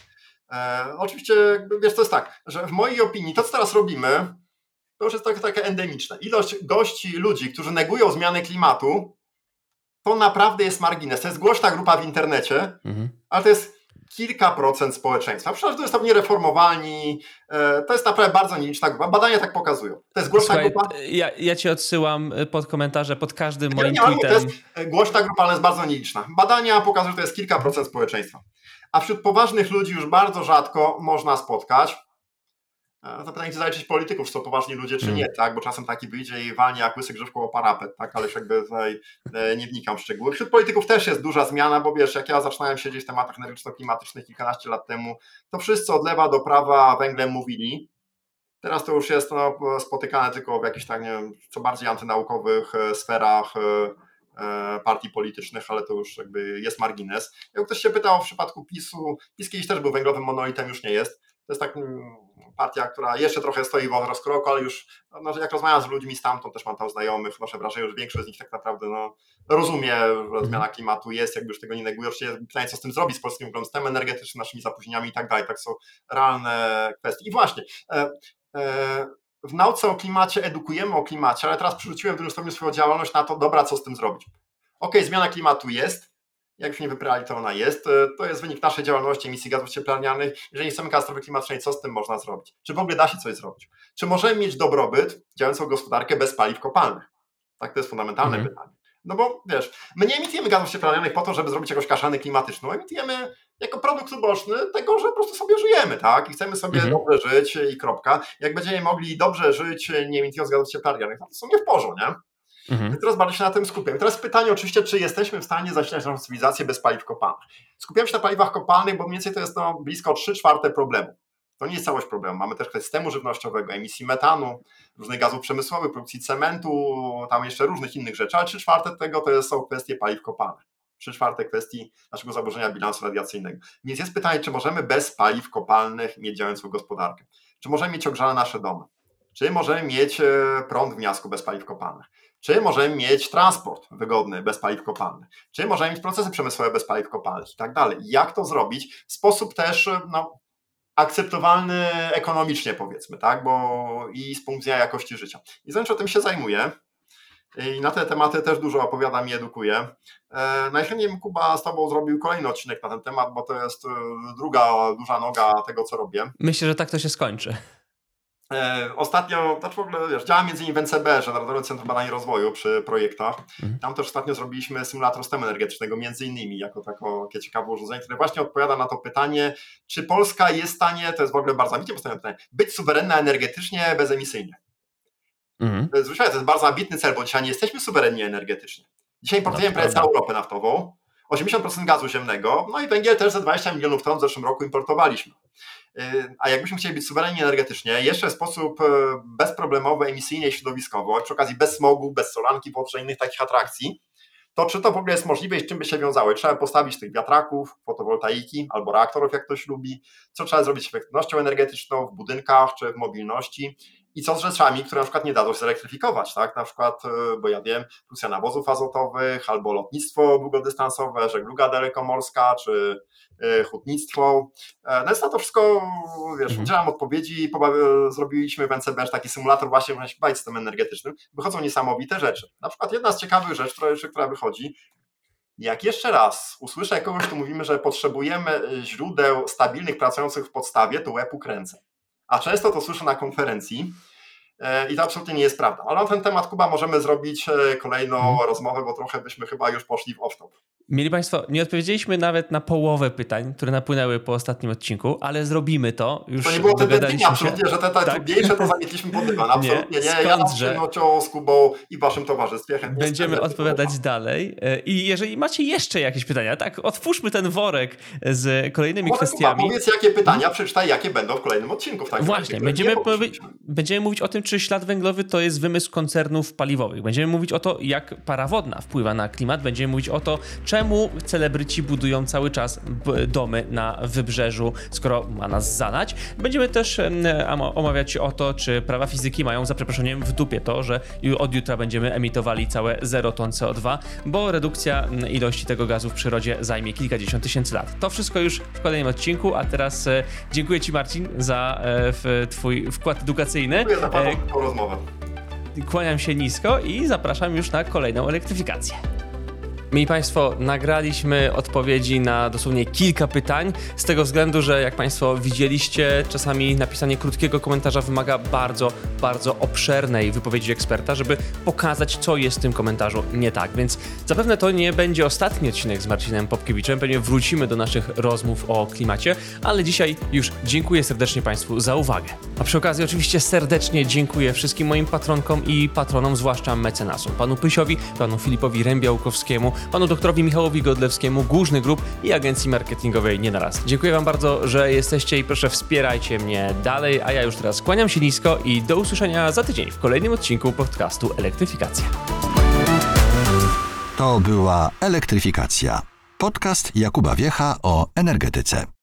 E, oczywiście, jakby, wiesz, to jest tak, że w mojej opinii to, co teraz robimy, to już jest tak, takie endemiczne. Ilość gości, ludzi, którzy negują zmiany klimatu, to naprawdę jest margines. To jest głośna grupa w internecie, mhm. ale to jest kilka procent społeczeństwa. Przecież to jest pewnie reformowalni, to jest naprawdę bardzo nieliczna grupa. Badania tak pokazują. To jest głośna Słuchaj, grupa. Ja, ja ci odsyłam pod komentarze, pod każdym moim nie, tweetem. To jest głośna grupa, ale jest bardzo nieliczna. Badania pokazują, że to jest kilka procent społeczeństwa. A wśród poważnych ludzi już bardzo rzadko można spotkać. To pytanie, czy zaliczyć polityków, czy to poważni ludzie, czy nie, tak? Bo czasem taki wyjdzie i walnie jak łysy grzywką o parapet, tak? Ale już jakby tutaj nie wnikam w szczegóły. Wśród polityków też jest duża zmiana, bo wiesz, jak ja zaczynałem siedzieć w tematach energetyczno-klimatycznych kilkanaście lat temu, to wszyscy od lewa do prawa węglem mówili. Teraz to już jest no, spotykane tylko w jakichś tak, nie wiem, co bardziej antynaukowych sferach partii politycznych, ale to już jakby jest margines. Jak ktoś się pytał w przypadku PiSu, PiS kiedyś też był węglowym monolitem, już nie jest. To jest tak partia, która jeszcze trochę stoi w rozkroku, ale już no, jak rozmawiam z ludźmi stamtąd, też mam tam znajomych, noszę wrażenie, że większość z nich tak naprawdę no, rozumie, że zmiana klimatu jest, jakby już tego nie neguje. Oczywiście pytanie, co z tym zrobić, z polskim systemem energetycznym, naszymi zapóźnieniami i tak dalej. Tak są realne kwestie. I właśnie, e, e, w nauce o klimacie edukujemy o klimacie, ale teraz przerzuciłem w dużym stopniu swoją działalność na to, dobra, co z tym zrobić. Okej, okay, zmiana klimatu jest, jak już nie wybrali, to ona jest. To jest wynik naszej działalności, emisji gazów cieplarnianych. Jeżeli chcemy katastrofy klimatycznej, co z tym można zrobić? Czy w ogóle da się coś zrobić? Czy możemy mieć dobrobyt, działającą gospodarkę bez paliw kopalnych? Tak, to jest fundamentalne mm. pytanie. No bo wiesz, my nie emitujemy gazów cieplarnianych po to, żeby zrobić jakąś kaszanę klimatyczną. Emitujemy jako produkt uboczny tego, że po prostu sobie żyjemy, tak? I chcemy sobie mm. dobrze żyć i kropka. Jak będziemy mogli dobrze żyć, nie emitując gazów cieplarnianych, to są nie w porządku, nie? Mhm. Teraz bardzo się na tym skupiam. Teraz pytanie oczywiście, czy jesteśmy w stanie zasilać naszą cywilizację bez paliw kopalnych. Skupiam się na paliwach kopalnych, bo mniej więcej to jest no, blisko trzy czwarte problemu. To nie jest całość problemu. Mamy też kwestię systemu żywnościowego, emisji metanu, różnych gazów przemysłowych, produkcji cementu, tam jeszcze różnych innych rzeczy, ale trzy czwarte tego to są kwestie paliw kopalnych. trzy czwarte kwestii naszego zaburzenia bilansu radiacyjnego. Więc jest pytanie, czy możemy bez paliw kopalnych mieć działającą gospodarkę? Czy możemy mieć ogrzane nasze domy? Czy możemy mieć prąd w miastku bez paliw kopalnych? Czy możemy mieć transport wygodny bez paliw kopalnych? Czy możemy mieć procesy przemysłowe bez paliw kopalnych i tak dalej? Jak to zrobić w sposób też no, akceptowalny ekonomicznie, powiedzmy, tak? Bo i z punktu widzenia jakości życia. I zanim o tym się zajmuję i na te tematy też dużo opowiadam i edukuję. Najchętniej bym, Kuba, z Tobą zrobił kolejny odcinek na ten temat, bo to jest druga duża noga tego, co robię. Myślę, że tak to się skończy. Ostatnio, znaczy w ogóle wiesz, działam między innymi w N C B, że Narodowym Centrum Badań i Rozwoju przy projektach. Mhm. Tam też ostatnio zrobiliśmy symulator systemu energetycznego, między innymi jako takie ciekawe urządzenie, które właśnie odpowiada na to pytanie, czy Polska jest w stanie, to jest w ogóle bardzo ambitnie postawione pytanie, być suwerenna energetycznie, bezemisyjnie. Mhm. To, jest, to jest bardzo ambitny cel, bo dzisiaj nie jesteśmy suwerenni energetycznie. Dzisiaj importujemy prawie całą Europę naftową, osiemdziesiąt procent gazu ziemnego, no i węgiel też za dwadzieścia milionów ton w zeszłym roku importowaliśmy. A jakbyśmy chcieli być suwerenni energetycznie, jeszcze w sposób bezproblemowy, emisyjnie i środowiskowo, przy okazji bez smogu, bez solanki, wodze, innych takich atrakcji, to czy to w ogóle jest możliwe i z czym by się wiązało? Trzeba postawić tych wiatraków, fotowoltaiki albo reaktorów, jak ktoś lubi. Co trzeba zrobić z efektywnością energetyczną w budynkach czy w mobilności? I co z rzeczami, które na przykład nie dadzą się zelektryfikować, tak? Na przykład, bo ja wiem, produkcja nawozów azotowych, albo lotnictwo długodystansowe, żegluga dalekomorska, czy hutnictwo. No jest na to wszystko, wiesz, mhm. udzielam odpowiedzi, zrobiliśmy w N C B taki symulator właśnie, można się bawić systemem energetycznym. Wychodzą niesamowite rzeczy. Na przykład jedna z ciekawych rzeczy, która, która wychodzi, jak jeszcze raz usłyszę kogoś, tu mówimy, że potrzebujemy źródeł stabilnych, pracujących w podstawie, to łeb ukręcę. A często to słyszę na konferencji i to absolutnie nie jest prawda. Ale na ten temat, Kuba, możemy zrobić kolejną hmm. rozmowę, bo trochę byśmy chyba już poszli w off-top. Mieli Państwo, nie odpowiedzieliśmy nawet na połowę pytań, które napłynęły po ostatnim odcinku, ale zrobimy to. Już to nie było te dogadaliśmy dni, absolutnie, że te trudniejsze tak? to zamietliśmy pod dywan. Absolutnie nie. nie. Ja na przyjemnością z Kubą i w waszym towarzystwie chętnie będziemy odpowiadać dalej. I jeżeli macie jeszcze jakieś pytania, tak, otwórzmy ten worek z kolejnymi Może kwestiami. Kuba, powiedz, jakie pytania, przeczytaj, jakie będą w kolejnym odcinku. Tak Właśnie, będziemy, powie- będziemy mówić o tym, czy ślad węglowy to jest wymysł koncernów paliwowych. Będziemy mówić o to, jak para wodna wpływa na klimat. Będziemy mówić o to, czemu celebryci budują cały czas b- domy na wybrzeżu, skoro ma nas zalać. Będziemy też um, omawiać o to, czy prawa fizyki mają za przeproszeniem w dupie to, że od jutra będziemy emitowali całe zero ton C O dwa, bo redukcja ilości tego gazu w przyrodzie zajmie kilkadziesiąt tysięcy lat. To wszystko już w kolejnym odcinku, a teraz e, dziękuję Ci, Marcin, za e, w, twój wkład edukacyjny. Dziękuję za Panią e, rozmowę. Kłaniam się nisko i zapraszam już na kolejną elektryfikację. Mili Państwo, nagraliśmy odpowiedzi na dosłownie kilka pytań, z tego względu, że jak Państwo widzieliście, czasami napisanie krótkiego komentarza wymaga bardzo, bardzo obszernej wypowiedzi eksperta, żeby pokazać, co jest w tym komentarzu nie tak. Więc zapewne to nie będzie ostatni odcinek z Marcinem Popkiewiczem, pewnie wrócimy do naszych rozmów o klimacie, ale dzisiaj już dziękuję serdecznie Państwu za uwagę. A przy okazji oczywiście serdecznie dziękuję wszystkim moim patronkom i patronom, zwłaszcza mecenasom, panu Pysiowi, panu Filipowi Rębiałkowskiemu, panu doktorowi Michałowi Godlewskiemu, Głużny Group i agencji marketingowej Nie na raz. Dziękuję wam bardzo, że jesteście i proszę wspierajcie mnie dalej, a ja już teraz kłaniam się nisko i do usłyszenia za tydzień w kolejnym odcinku podcastu Elektryfikacja. To była Elektryfikacja. Podcast Jakuba Wiecha o energetyce.